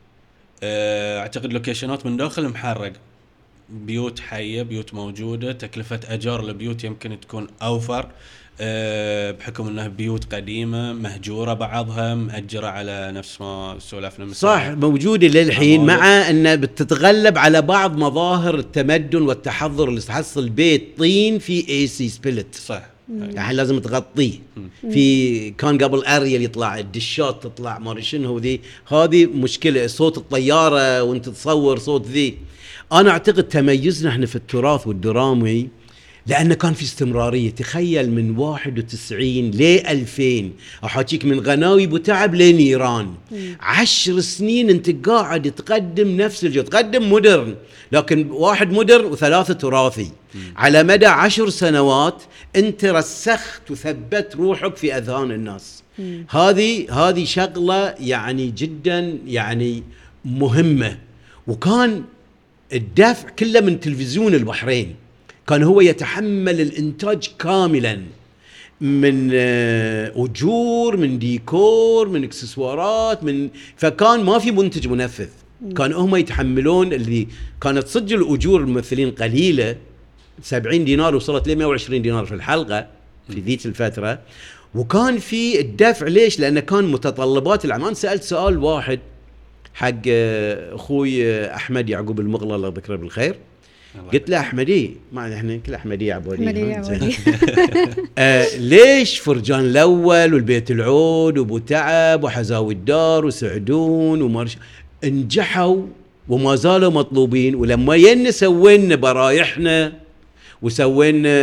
اه اعتقد لوكيشنات من داخل محرق، بيوت حية، بيوت موجودة، تكلفة أجار البيوت يمكن تكون أوفر أه بحكم أنها بيوت قديمة مهجورة بعضها مأجرة على نفس ما سولفنا مثلا. صح موجودة للحين، مع أنها بتتغلب على بعض مظاهر التمدن والتحضر اللي تحصل بيت طين في اي سي سبلت. صح يعني لازم تغطيه. في كان قبل اريال يطلع الدشات تطلع ما شنو ذي، هذه مشكله صوت الطياره وانت تصور صوت ذي. انا اعتقد تميزنا احنا في التراث والدرامي لأنه كان في استمرارية. تخيل من واحد وتسعين ل ألفين أحاكيك من غناوي بوتعب لنيران، عشر سنين أنت قاعد تقدم نفس الجو، تقدم مودرن لكن واحد مودرن وثلاثة تراثي. مم. على مدى عشر سنوات أنت رسخت وثبت روحك في أذهان الناس. هذه هذه شغلة يعني جدا يعني مهمة. وكان الدافع كله من تلفزيون البحرين، كان هو يتحمل الإنتاج كاملا من أجور، من ديكور، من اكسسوارات، من فكان ما في منتج منفذ. كان هم يتحملون اللي كانت صدق الأجور الممثلين قليلة، سبعين دينار وصلت ل مئة وعشرين دينار في الحلقة في ذيك الفترة. وكان في الدفع ليش؟ لأن كان متطلبات العمل. سألت سؤال واحد حق أخوي أحمد يعقوب المغلى الله يذكره بالخير، قلت له أحمدي، ما احنا كل أحمدية عبودية، آه ليش فرجان الأول والبيت العود وابو تعب وحزاوي الدار وسعدون ومارش انجحوا وما زالوا مطلوبين؟ ولما ين سوينا برايحنا وسوينا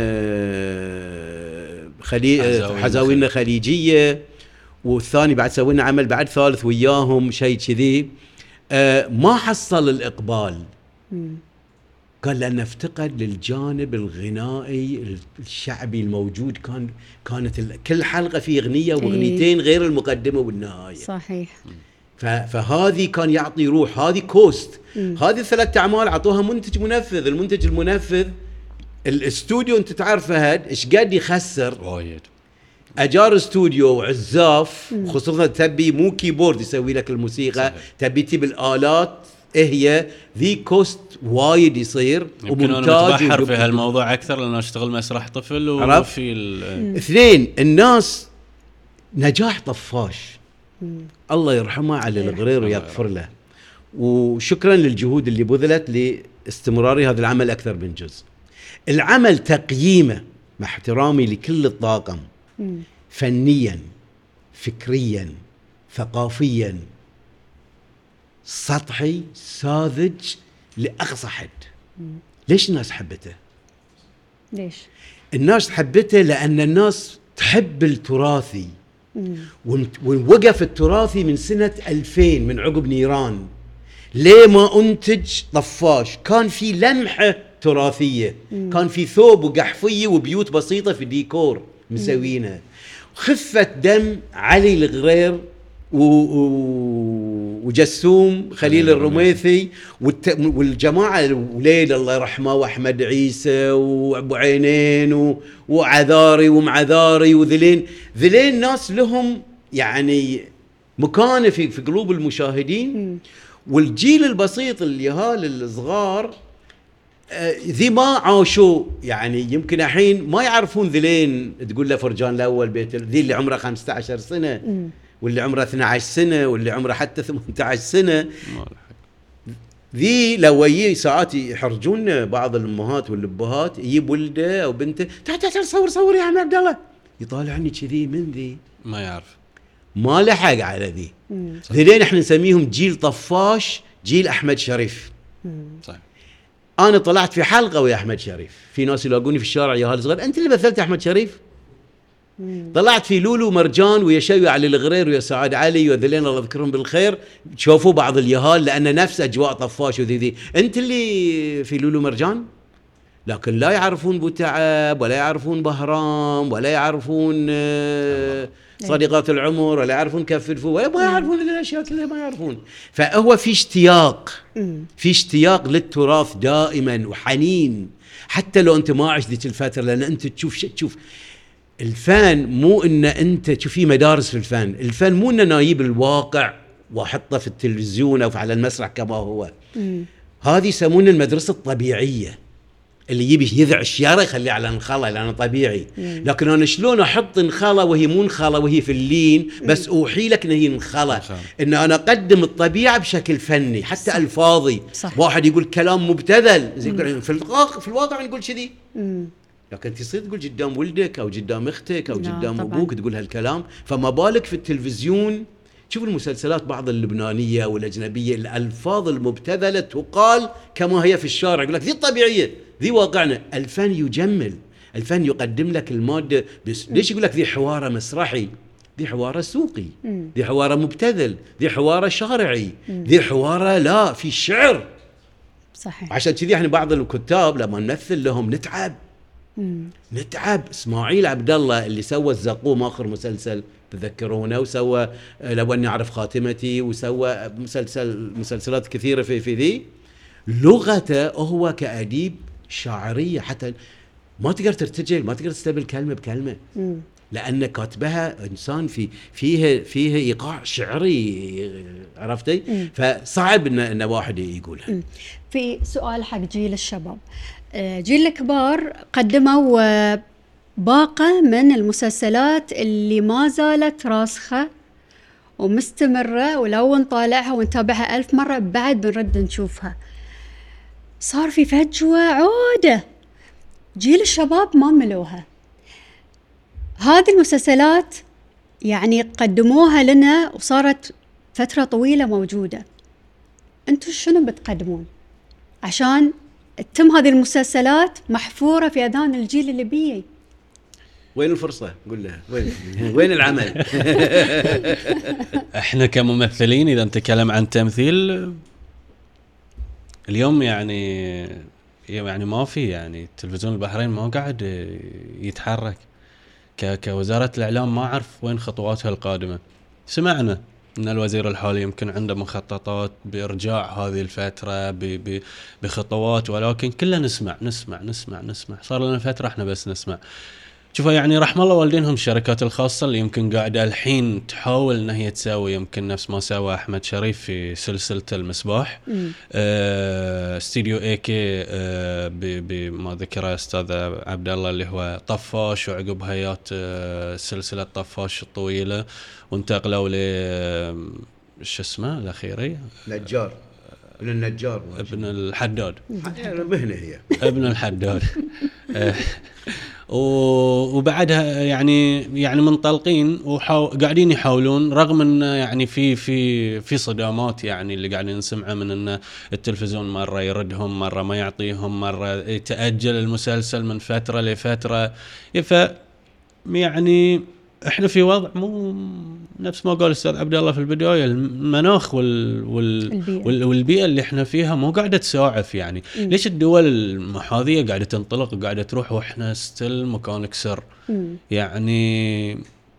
خلي حزاوينا خليجية، والثاني بعد سوينا عمل بعد ثالث وياهم شيء كذي، آه ما حصل الإقبال. قال لأن افتقد للجانب الغنائي الشعبي الموجود. كان كانت كل حلقة فيه أغنية وأغنيتين غير المقدمة والنهاية. صحيح. فهذه كان يعطي روح. هذه كوست. هذه الثلاث أعمال عطوها منتج منفذ. المنتج المنفذ الاستوديو أنت تعرف فهد إيش قد يخسر وايد. أجار استوديو وعزاف، خصوصا تبي مو كيبورد يسوي لك الموسيقى، صحيح. تبي تجيب الآلات، إيه هي ذي كوست وايد يصير. يمكن أنا متبحر في هالموضوع أكثر لأنه أشتغل مسرح طفل وفي اثنين. الناس نجاح طفاش مم. الله يرحمه علي الغرير ويغفر له، وشكرا للجهود اللي بذلت لاستمراري هذا العمل أكثر من جزء. العمل تقييمه مع احترامي لكل الطاقم مم. فنيا فكريا ثقافيا سطحي ساذج لأقصى حد. مم. ليش الناس حبته؟ ليش؟ الناس حبته لأن الناس تحب التراثي. مم. ووقف التراثي من سنة ألفين من عقب نيران. ليه ما أنتج طفاش؟ كان في لمحة تراثية. مم. كان في ثوب وقحفية وبيوت بسيطة في ديكور مسوينها. خفة دم علي الغرير و... و... وجسوم خليل الرميثي والت... والجماعة وليل الله يرحمه وأحمد عيسى وأبو عينين و... وعذاري ومعذاري وذلين ذلين ناس لهم يعني مكانة في, في قلوب المشاهدين. والجيل البسيط اليهال الصغار ذي ما عاشوا، يعني يمكن الحين ما يعرفون ذلين. تقول له فرجان الأول بيت ذي اللي عمره خمسة عشر سنة م. واللي عمره اثني عشر سنة واللي عمره حتى ثمانية عشر سنة. ذي لو يجي ساعات يحرجون بعض الأمهات والأبهات، يجيب ولده أو بنته تعال تعال صور صور يا عم عبد الله، يطالعني كذي من ذي ما يعرف، ما لحق على ذي. ذلين احنا نسميهم جيل طفاش، جيل أحمد شريف. صحيح. أنا طلعت في حلقة ويا أحمد شريف، في ناس يلاقوني في الشارع يا هالصغير أنت اللي مثلت أحمد شريف. مم. طلعت في لولو مرجان ويا شوي علي الغرير ويا سعاد علي وذلين الله يذكرهم بالخير. تشوفوا بعض اليهال لأن نفس أجواء طفاش وذي ذي. أنت اللي في لولو مرجان، لكن لا يعرفون بوتعب ولا يعرفون بهرام ولا يعرفون آه صديقات العمر ولا يعرفون كف الفو ولا ما يعرفون الأشياء كلها ما يعرفون. فهو في اشتياق في اشتياق للتراث دائما وحنين، حتى لو أنت ما عشت ذيك الفترة. لأن أنت تشوف تشوف الفن مو إن أنت تشوفي مدارس في الفن. الفن مو إن نايب الواقع وأحطه في التلفزيون أو على المسرح كما هو. هذه يسمونه المدرسة الطبيعية، اللي يبي يذع الشيارة يخليه على نخلة لأنه طبيعي. مم. لكن أنا شلون أحط نخلة وهي مو نخلة وهي في اللين، بس أوحي لك إن هي نخلة، إن أنا أقدم الطبيعة بشكل فني حتى صح. ألفاظي صح. واحد يقول كلام مبتذل في الواقع في الواقع نقول كذي، لكن تصير تقول قدام ولدك او قدام اختك او نعم قدام طبعاً. ابوك تقول هالكلام، فما بالك في التلفزيون. شوف المسلسلات بعض اللبنانيه والاجنبيه، الالفاظ المبتذله تقال كما هي في الشارع، يقول لك ذي الطبيعيه ذي واقعنا. الفن يجمل، الفن يقدم لك الماده، بس ليش يقول لك ذي حواره مسرحي؟ ذي حواره سوقي، ذي حواره مبتذل، ذي حواره شارعي، ذي حواره لا في الشعر. صحيح. عشان كذي احنا بعض الكتاب لما نمثل لهم نتعب مم. نتعب. اسماعيل عبد الله اللي سوى الزقوم اخر مسلسل تذكرونه، وسوى لو اني اعرف خاتمتي، وسوى مسلسل مسلسلات كثيره في في ذي، لغته هو كأديب شاعريه، حتى ما تقدر ترتجل، ما تقدر تستقبل كلمه بكلمه، مم. لان كاتبها انسان في فيه فيه ايقاع شعري، عرفتي؟ مم. فصعب ان ان واحد يقولها. مم. في سؤال حق جيل الشباب، آه، جيل الكبار قدموا آه، باقة من المسلسلات اللي ما زالت راسخة ومستمرة، ولو نطالعها ونتابعها ألف مرة بعد بنرد نشوفها. صار في فجوة عودة، جيل الشباب ما ملوها. هذه المسلسلات يعني قدموها لنا وصارت فترة طويلة موجودة. أنتوا شنو بتقدمون عشان تتم هذه المسلسلات محفورة في أذهان الجيل اللي بيجي؟ وين الفرصة؟ قول لها وين وين العمل؟ احنا كممثلين اذا نتكلم عن تمثيل اليوم، يعني يعني ما في، يعني تلفزيون البحرين ما قاعد يتحرك. ك كوزارة الإعلام ما أعرف وين خطواتها القادمة. سمعنا ان الوزير الحالي يمكن عنده مخططات بإرجاع هذه الفترة ب ب بخطوات، ولكن كلنا نسمع نسمع نسمع نسمع صار لنا فترة احنا بس نسمع. شوفوا يعني رحم الله والدينهم الشركات الخاصة اللي يمكن قاعدة الحين تحاول ان هي تسوي يمكن نفس ما سوى احمد شريف في سلسلة المصباح. آه استديو اي كي آه بما ذكره استاذ عبد الله اللي هو طفاش، وعقب هيات آه سلسلة طفاش الطويلة، وانتقلوا ل شو اسمه الاخيري نجار، ابن النجار، ابن الحداد، مهنة هي ابن الحداد. آه وبعدها يعني يعني منطلقين وقاعدين يحاولون، رغم ان يعني في في في صدامات يعني اللي قاعدين نسمعه من ان التلفزيون مره يردهم، مره ما يعطيهم، مره يتاجل المسلسل من فتره لفتره. ف يعني احنا في وضع مو نفس ما قال الاستاذ عبد الله في البدايه، المناخ وال وال البيئة. والبيئه اللي احنا فيها مو قاعده تساعف. يعني م. ليش الدول المحاذيه قاعده تنطلق وقاعده تروح واحنا ستيل مكانك سر؟ م. يعني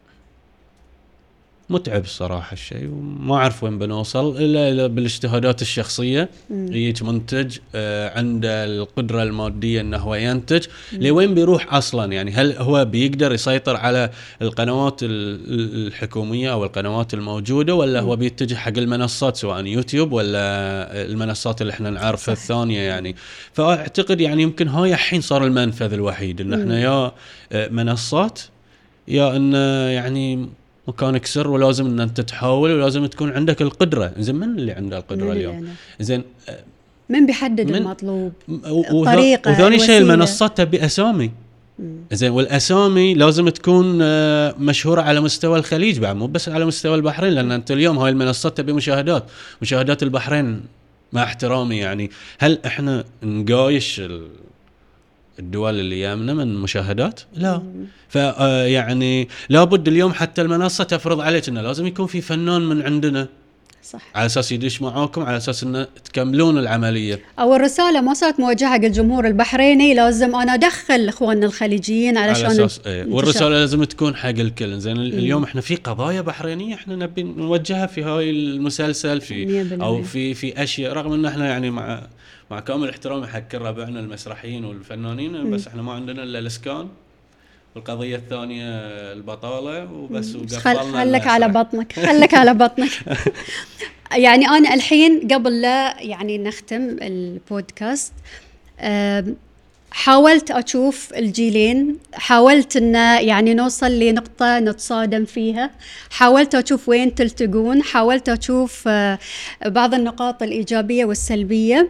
متعب الصراحه الشيء، وما اعرف وين بنوصل الا بالاجتهادات الشخصيه. يجي منتج آه عنده القدره الماديه انه هو ينتج، لوين بيروح اصلا؟ يعني هل هو بيقدر يسيطر على القنوات الحكوميه او القنوات الموجوده، ولا هو بيتجه حق المنصات سواء يوتيوب ولا المنصات اللي احنا نعرفها الثانيه؟ يعني فاعتقد يعني يمكن هاي الحين صار المنفذ الوحيد، ان احنا يا منصات يا ان يعني مكانك سر، ولازم ان انت تحاول، ولازم تكون عندك القدره. زين من اللي عنده القدره اليوم؟ زين من بيحدد من المطلوب؟ الطريقه. وثاني شيء المنصات تبي اسامي. زين والاسامي لازم تكون مشهوره على مستوى الخليج بعد، مو بس على مستوى البحرين، لان انت اليوم هاي المنصات تبي مشاهدات مشاهدات البحرين. مع احترامي يعني هل احنا نقايش الدول اللي يامنا من مشاهدات؟ لا. فيعني لابد اليوم حتى المنصة تفرض عليك انه لازم يكون في فنان من عندنا، صح، على اساس يدش معاكم، على اساس انه تكملون العملية. او الرسالة ما صارت موجهة حق الجمهور البحريني، لازم انا ادخل اخواننا الخليجيين علشان على اساس ايه. والرسالة لازم تكون حق الكل. زين اليوم احنا في قضايا بحرينية احنا نبي نوجهها في هاي المسلسل، في او في في اشياء، رغم ان احنا يعني مع مع كامل احترامي حق ربعنا المسرحيين والفنانين، م. بس احنا ما عندنا الا الاسكان، والقضية الثانية البطالة وبس. وقفلنا خلك على بطنك خلك على بطنك. يعني أنا الحين قبل لا يعني نختم البودكاست، حاولت أشوف الجيلين، حاولت أن يعني نوصل لنقطة نتصادم فيها، حاولت أشوف وين تلتقون، حاولت أشوف بعض النقاط الإيجابية والسلبية.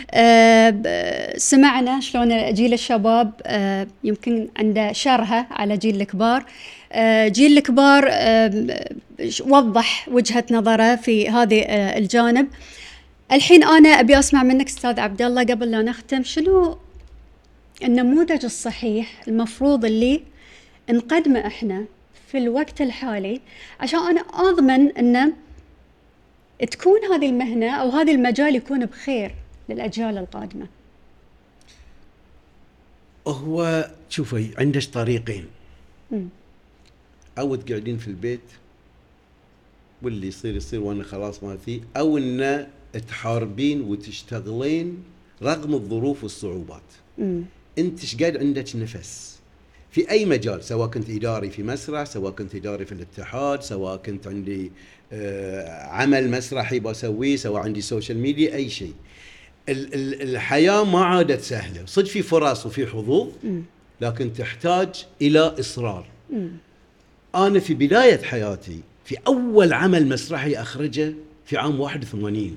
سمعنا شلون جيل الشباب يمكن عنده شرهة على جيل الكبار، جيل الكبار وضح وجهة نظره في هذه الجانب. الحين أنا أبي أسمع منك أستاذ عبد الله قبل لا نختم، شنو النموذج الصحيح المفروض اللي نقدمه إحنا في الوقت الحالي عشان أنا أضمن أن تكون هذه المهنة أو هذا المجال يكون بخير للأجيال القادمة؟ هو شوفي عندش طريقين، م. أو تقعدين في البيت واللي يصير يصير وأنا خلاص ما في، أو إن تحاربين وتشتغلين رغم الظروف والصعوبات. م. انت شقد عندك نفس في اي مجال، سواء كنت اداري في مسرح، سواء كنت اداري في الاتحاد، سواء كنت عندي آه عمل مسرحي بسويه، سواء عندي سوشيال ميديا، اي شيء. ال- ال- الحياة ما عادت سهلة، صدق في فرص وفي حظوظ، لكن تحتاج الى اصرار. م. انا في بداية حياتي في اول عمل مسرحي اخرجه في عام واحد وثمانين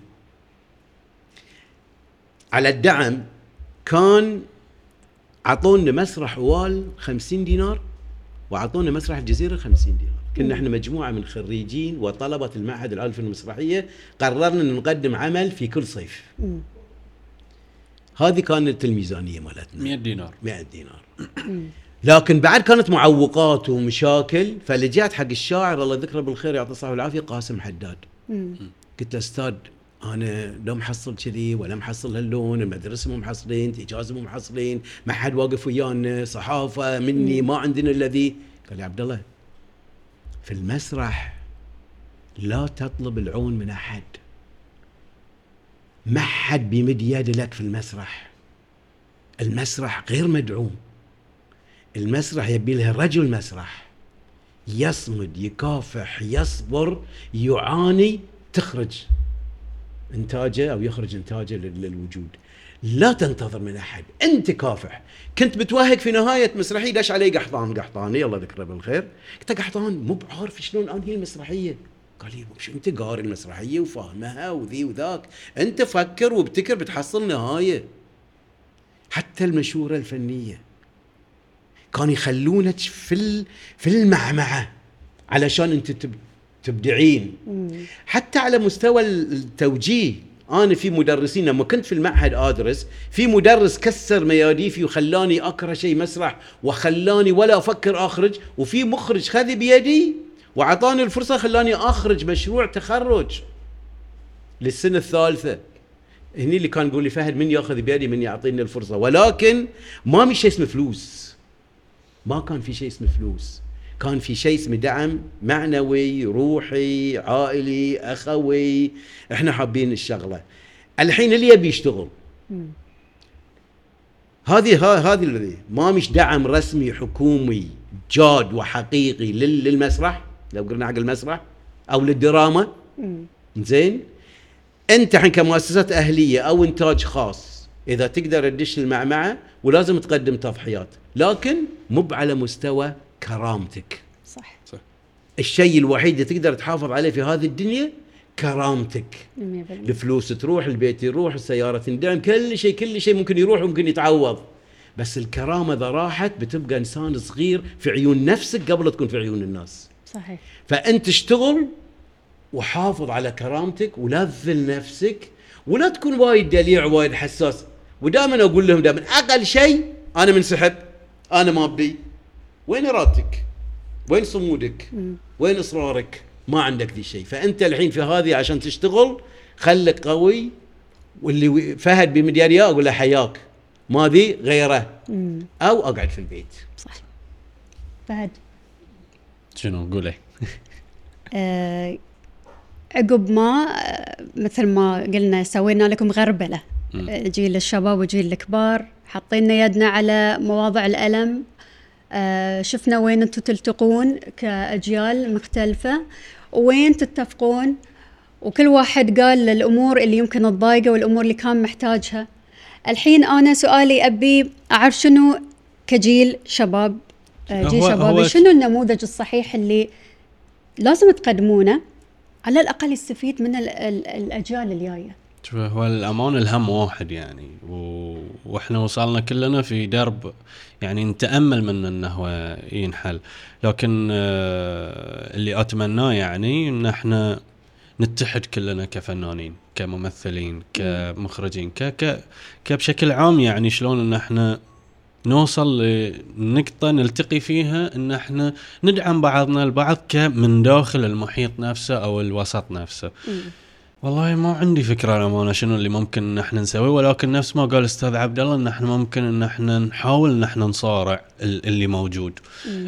على الدعم، كان عطونا مسرح وال خمسين دينار وعطونا مسرح الجزيرة خمسين دينار. كنا احنا مجموعة من خريجين وطلبة المعهد العالي للفنون المسرحية، قررنا ان نقدم عمل في كل صيف. م. هذه كانت الميزانية مالتنا مئة دينار. مئة دينار. لكن بعد كانت معوقات ومشاكل، فلجأت حق الشاعر الله ذكره بالخير يعطيه الصحة والعافية قاسم حداد. م. قلت له استاذ انا لا محصل كذي ولا محصل هاللون، المدرسه مو محصلين، اجازه مو محصلين، ما حد واقف ويانا، صحافه مني ما عندنا الذي. قال لي عبد الله في المسرح لا تطلب العون من احد، ما حد بيمد يده لك في المسرح. المسرح غير مدعوم، المسرح يبي له رجل مسرح يصمد يكافح يصبر يعاني، تخرج انتاجه او يخرج انتاجه للوجود. لا تنتظر من احد، انت كافح. كنت بتوهق في نهايه مسرحيه، دش علي قحطان قحطاني الله ذكره بالخير، قلت قحطان مو بعارف شلون انهي المسرحيه. قال لي شو انت قاري المسرحيه وفاهمها وذي وذاك، انت فكر وابتكر بتحصل نهايه. حتى المشوره الفنيه كانوا يخلونك في في المعمعه علشان انت تب تبدعين. حتى على مستوى التوجيه، انا في مدرسين لما كنت في المعهد ادرس، في مدرس كسر مياديفي وخلاني اكره شيء مسرح وخلاني ولا افكر اخرج، وفي مخرج خذ بيدي وعطاني الفرصه خلاني اخرج مشروع تخرج للسنه الثالثه. هني اللي كان يقول لي فهد من ياخذ بيدي من يعطيني الفرصه، ولكن ما في شيء اسمه فلوس، ما كان في شيء اسمه فلوس، كان في شيء اسمه دعم معنوي روحي عائلي اخوي. احنا حابين الشغله. الحين اللي يبي يشتغل هذه هذه الذي ما مش دعم رسمي حكومي جاد وحقيقي للمسرح، لو قلنا حق المسرح او للدراما. زين انت الحين كمؤسسات اهليه او انتاج خاص، اذا تقدر تدش المعمعه ولازم تقدم تضحيات، لكن مو على مستوى كرامتك. صح. صح. الشيء الوحيد اللي تقدر تحافظ عليه في هذه الدنيا كرامتك. مية بالمية. الفلوس تروح، البيت يروح، السيارة تندعم، كل شيء كل شيء ممكن يروح وممكن يتعوض، بس الكرامة إذا راحت بتبقى إنسان صغير في عيون نفسك قبل تكون في عيون الناس. صحيح. فأنت اشتغل وحافظ على كرامتك ولا تذل نفسك ولا تكون وايد دليع وايد حساس. ودائما أقول لهم دائما أقل شيء أنا منسحب، أنا ما أبي. وين إرادتك؟ وين صمودك؟ وين إصرارك؟ ما عندك ذي الشيء. فأنت الحين في هذه عشان تشتغل خلك قوي، واللي فهد بمدياريا أقول له حياك، ما ذي غيره. مم. أو أقعد في البيت. صح. فهد شنو قولي؟ آه عقب ما آه مثل ما قلنا سوينا لكم غربلة، آه جيل الشباب وجيل الكبار، حطينا يدنا على مواضع الألم، آه شفنا وين انتم تلتقون كأجيال مختلفة وين تتفقون، وكل واحد قال الأمور اللي يمكن تضايقه والأمور اللي كان محتاجها. الحين أنا سؤالي أبي أعرف شنو كجيل شباب، جيل شبابي، شنو النموذج الصحيح اللي لازم تقدمونه على الأقل يستفيد من ال ال الأجيال الجاية؟ هو الأمان الهم واحد يعني، وإحنا وصلنا كلنا في درب يعني نتأمل من أنه ينحل، لكن اللي أتمناه يعني أن إحنا نتحد كلنا كفنانين، كممثلين، كمخرجين، ك ك كبشكل عام يعني شلون أن إحنا نوصل لنقطة نلتقي فيها أن إحنا ندعم بعضنا البعض كمن داخل المحيط نفسه أو الوسط نفسه. م. والله ما عندي فكرة أنا شنو اللي ممكن إن إحنا نسويه، ولكن نفس ما قال أستاذ عبد الله إن إحنا ممكن إن إحنا نحاول إن إحنا نصارع اللي موجود.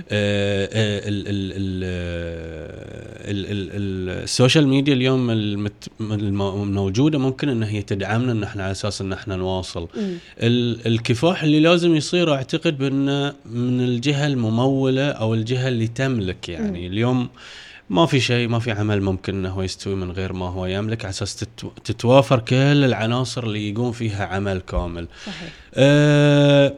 السوشيال ميديا اليوم الموجودة ممكن إن هي تدعمنا إن إحنا على أساس إن إحنا نواصل. الكفاح اللي لازم يصير أعتقد بأن من الجهة الممولة أو الجهة اللي تملك يعني. م. اليوم ما في شيء، ما في عمل ممكن انه يستوي من غير ما هو يملك، على اساس تتوافر كل العناصر اللي يقوم فيها عمل كامل. صحيح. أه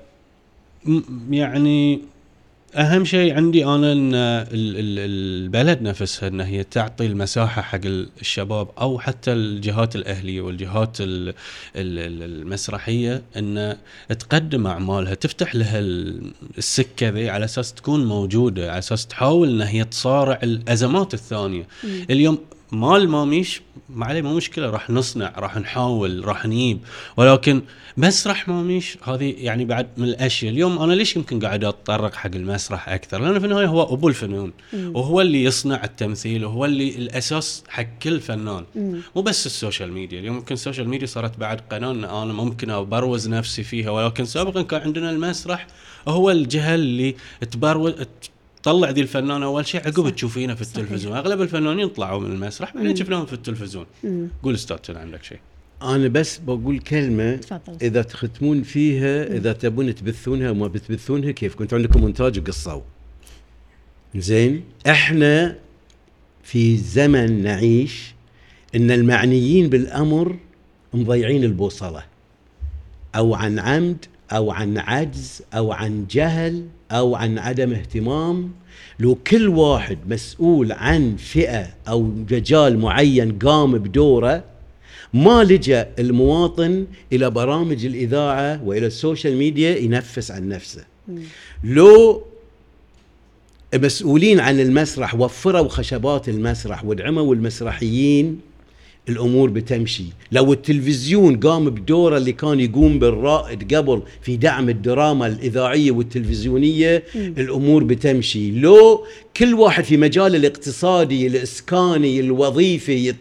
يعني اهم شيء عندي انا ان البلد نفسها ان هي تعطي المساحه حق الشباب او حتى الجهات الاهليه والجهات المسرحيه ان تقدم اعمالها، تفتح لها السكه ذي على اساس تكون موجوده، على اساس تحاول ان هي تصارع الازمات الثانيه. م. اليوم مال ما مش ما عليه ما مشكله، راح نصنع، راح نحاول، راح نجيب، ولكن مسرح ما مش هذه يعني بعد من الاشياء. اليوم انا ليش يمكن قاعد اتطرق حق المسرح اكثر؟ لانه في النهايه هو ابو الفنون، م. وهو اللي يصنع التمثيل، وهو اللي الاساس حق كل فنان. م. مو بس السوشيال ميديا. اليوم ممكن السوشيال ميديا صارت بعد قناه انا ممكن ابروز نفسي فيها، ولكن سابقا كان عندنا المسرح هو الجهه اللي تبروز طلع ذي الفنان اول شيء، عقب تشوفينه في التلفزيون. اغلب الفنانين طلعوا من المسرح بعدين شفناهم في التلفزيون. مم. قول استاذ عندك شيء. انا بس بقول كلمه تفضل. اذا تختمون فيها، مم. اذا تبون تبثونها وما بتبثونها كيف، كنت عندكم مونتاج وقصوا زين. احنا في زمن نعيش ان المعنيين بالامر مضيعين البوصله، او عن عمد او عن عجز او عن جهل أو عن عدم اهتمام. لو كل واحد مسؤول عن فئة أو مجال معين قام بدوره، ما لجأ المواطن إلى برامج الإذاعة وإلى السوشيال ميديا ينفس عن نفسه. م. لو مسؤولين عن المسرح وفروا خشبات المسرح ودعموا المسرحيين، الأمور بتمشي. لو التلفزيون قام بدوره اللي كان يقوم بالرائد قبل في دعم الدراما الإذاعية والتلفزيونية، م. الأمور بتمشي. لو كل واحد في مجال الاقتصادي، الإسكاني، الوظيفي،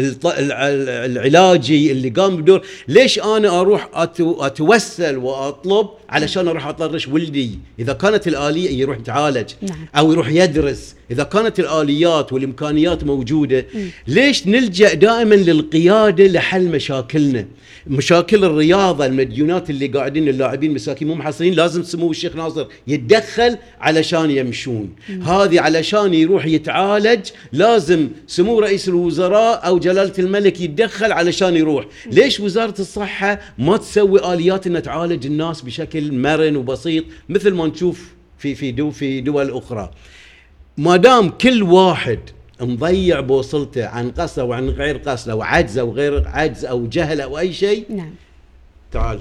العلاجي اللي قام بدور، ليش أنا أروح أتوسل وأطلب علشان أروح أطرش ولدي؟ إذا كانت الآلية يروح يتعالج، نعم. أو يروح يدرس، إذا كانت الآليات والإمكانيات موجودة، م. ليش نلجأ دائما للقيادة لحل مشاكلنا؟ مشاكل الرياضة، المديونات اللي قاعدين اللاعبين مساكين مو محصلين، لازم سمو الشيخ ناصر يتدخل علشان يمشون. هذه علشان يروح يتعالج لازم سمو رئيس الوزراء أو جلالة الملك يتدخل علشان يروح. م. ليش وزارة الصحة ما تسوي آليات أن تعالج الناس بشكل مرن وبسيط مثل ما نشوف في في دول في دول أخرى؟ ما دام كل واحد مضيع بوصلته عن قصة وعن غير قصة، أو عجز أو غير عجز أو جهل أو أي شيء، نعم. تعال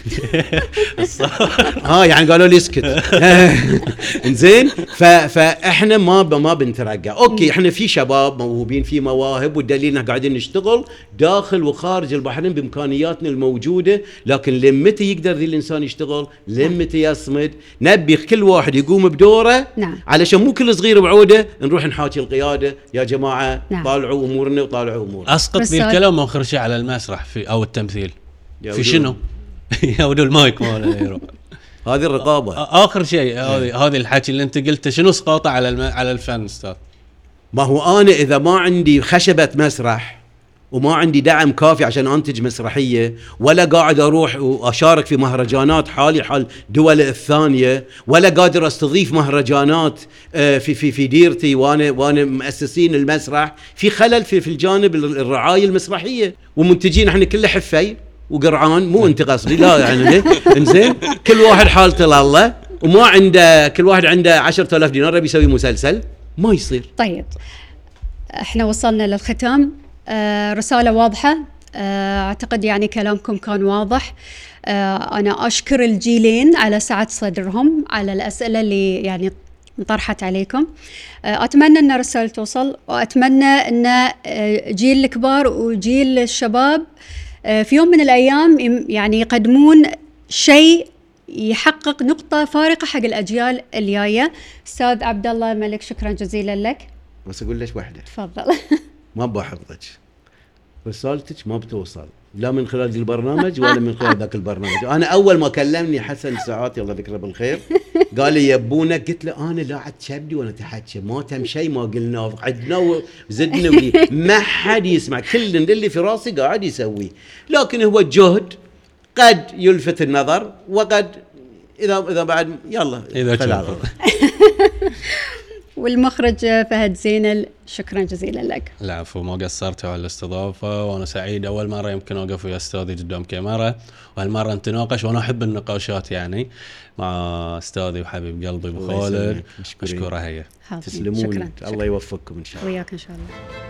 ها يعني قالوا لي اسكت. انزين، فاحنا ما ما بنترقى. اوكي، احنا في شباب موهوبين، في مواهب، والدليل اننا قاعدين نشتغل داخل وخارج البحرين بامكانياتنا الموجوده، لكن لمتى يقدر ذي الانسان يشتغل؟ لمتى يصمد؟ نبي كل واحد يقوم بدوره، نعم. علشان مو كل صغير بعوده نروح نحاكي القياده يا جماعه، نعم. طالعوا امورنا وطالعوا امورنا. اسقط ذي الكلام اخر شيء على المسرح في او التمثيل في شنو؟ يا ودو المايك ماله. هذه الرقابه اخر شيء. هذه هذه الحكي اللي انت قلته شنو اسقاطه على الم... على الفن استاذ؟ ما هو انا اذا ما عندي خشبه مسرح وما عندي دعم كافي عشان انتج مسرحيه، ولا قاعد اروح واشارك في مهرجانات حالي حال دول الثانيه، ولا قادر استضيف مهرجانات في في في ديرتي وانا وانا مؤسسين المسرح، في خلل في في الجانب الرعايه المسرحيه. ومنتجين احنا كله حفي وقرعان، مو انت قصدي لا يعني انزين كل واحد حالته لله وما عنده، كل واحد عنده عشرة آلاف دينار يبي يسوي مسلسل، ما يصير. طيب احنا وصلنا للختام. آه رسالة واضحة، آه اعتقد يعني كلامكم كان واضح. آه انا اشكر الجيلين على سعة صدرهم على الاسئلة اللي يعني انطرحت عليكم. آه اتمنى ان الرسالة توصل، واتمنى ان آه جيل الكبار وجيل الشباب آه في يوم من الايام يعني يقدمون شيء يحقق نقطة فارقة حق الأجيال الجاية. أستاذ عبد الله الملك شكرا جزيلا لك. بس أقول ليش واحدة، تفضل. ما بحفظك، رسالتك ما بتوصل لا من خلال البرنامج ولا من خلال ذاك البرنامج. أنا أول ما كلمني حسن ساعات الله ذكره بالخير قال لي يبونك، قلت له أنا لا عاد شبدي ولا تحكي، ما تم شيء ما قلنا عدنا وزدنا ولي ما حد يسمع، كل اللي في راسي قاعد يسوي، لكن هو الجهد قد يلفت النظر وقد إذا إذا بعد يلا إذا كان. والمخرج فهد زينل شكرا جزيلا لك. العفو، ما قصرتوا على الاستضافة، وأنا سعيد أول مرة يمكن أوقف ويا أستاذي قدام كاميرا، وهالمرة نتناقش، وأنا أحب النقاشات يعني مع أستاذي وحبيب قلبي أبو خالد. مشكورة هي. تسلمون، الله يوفقكم إن شاء الله. وياك إن شاء الله.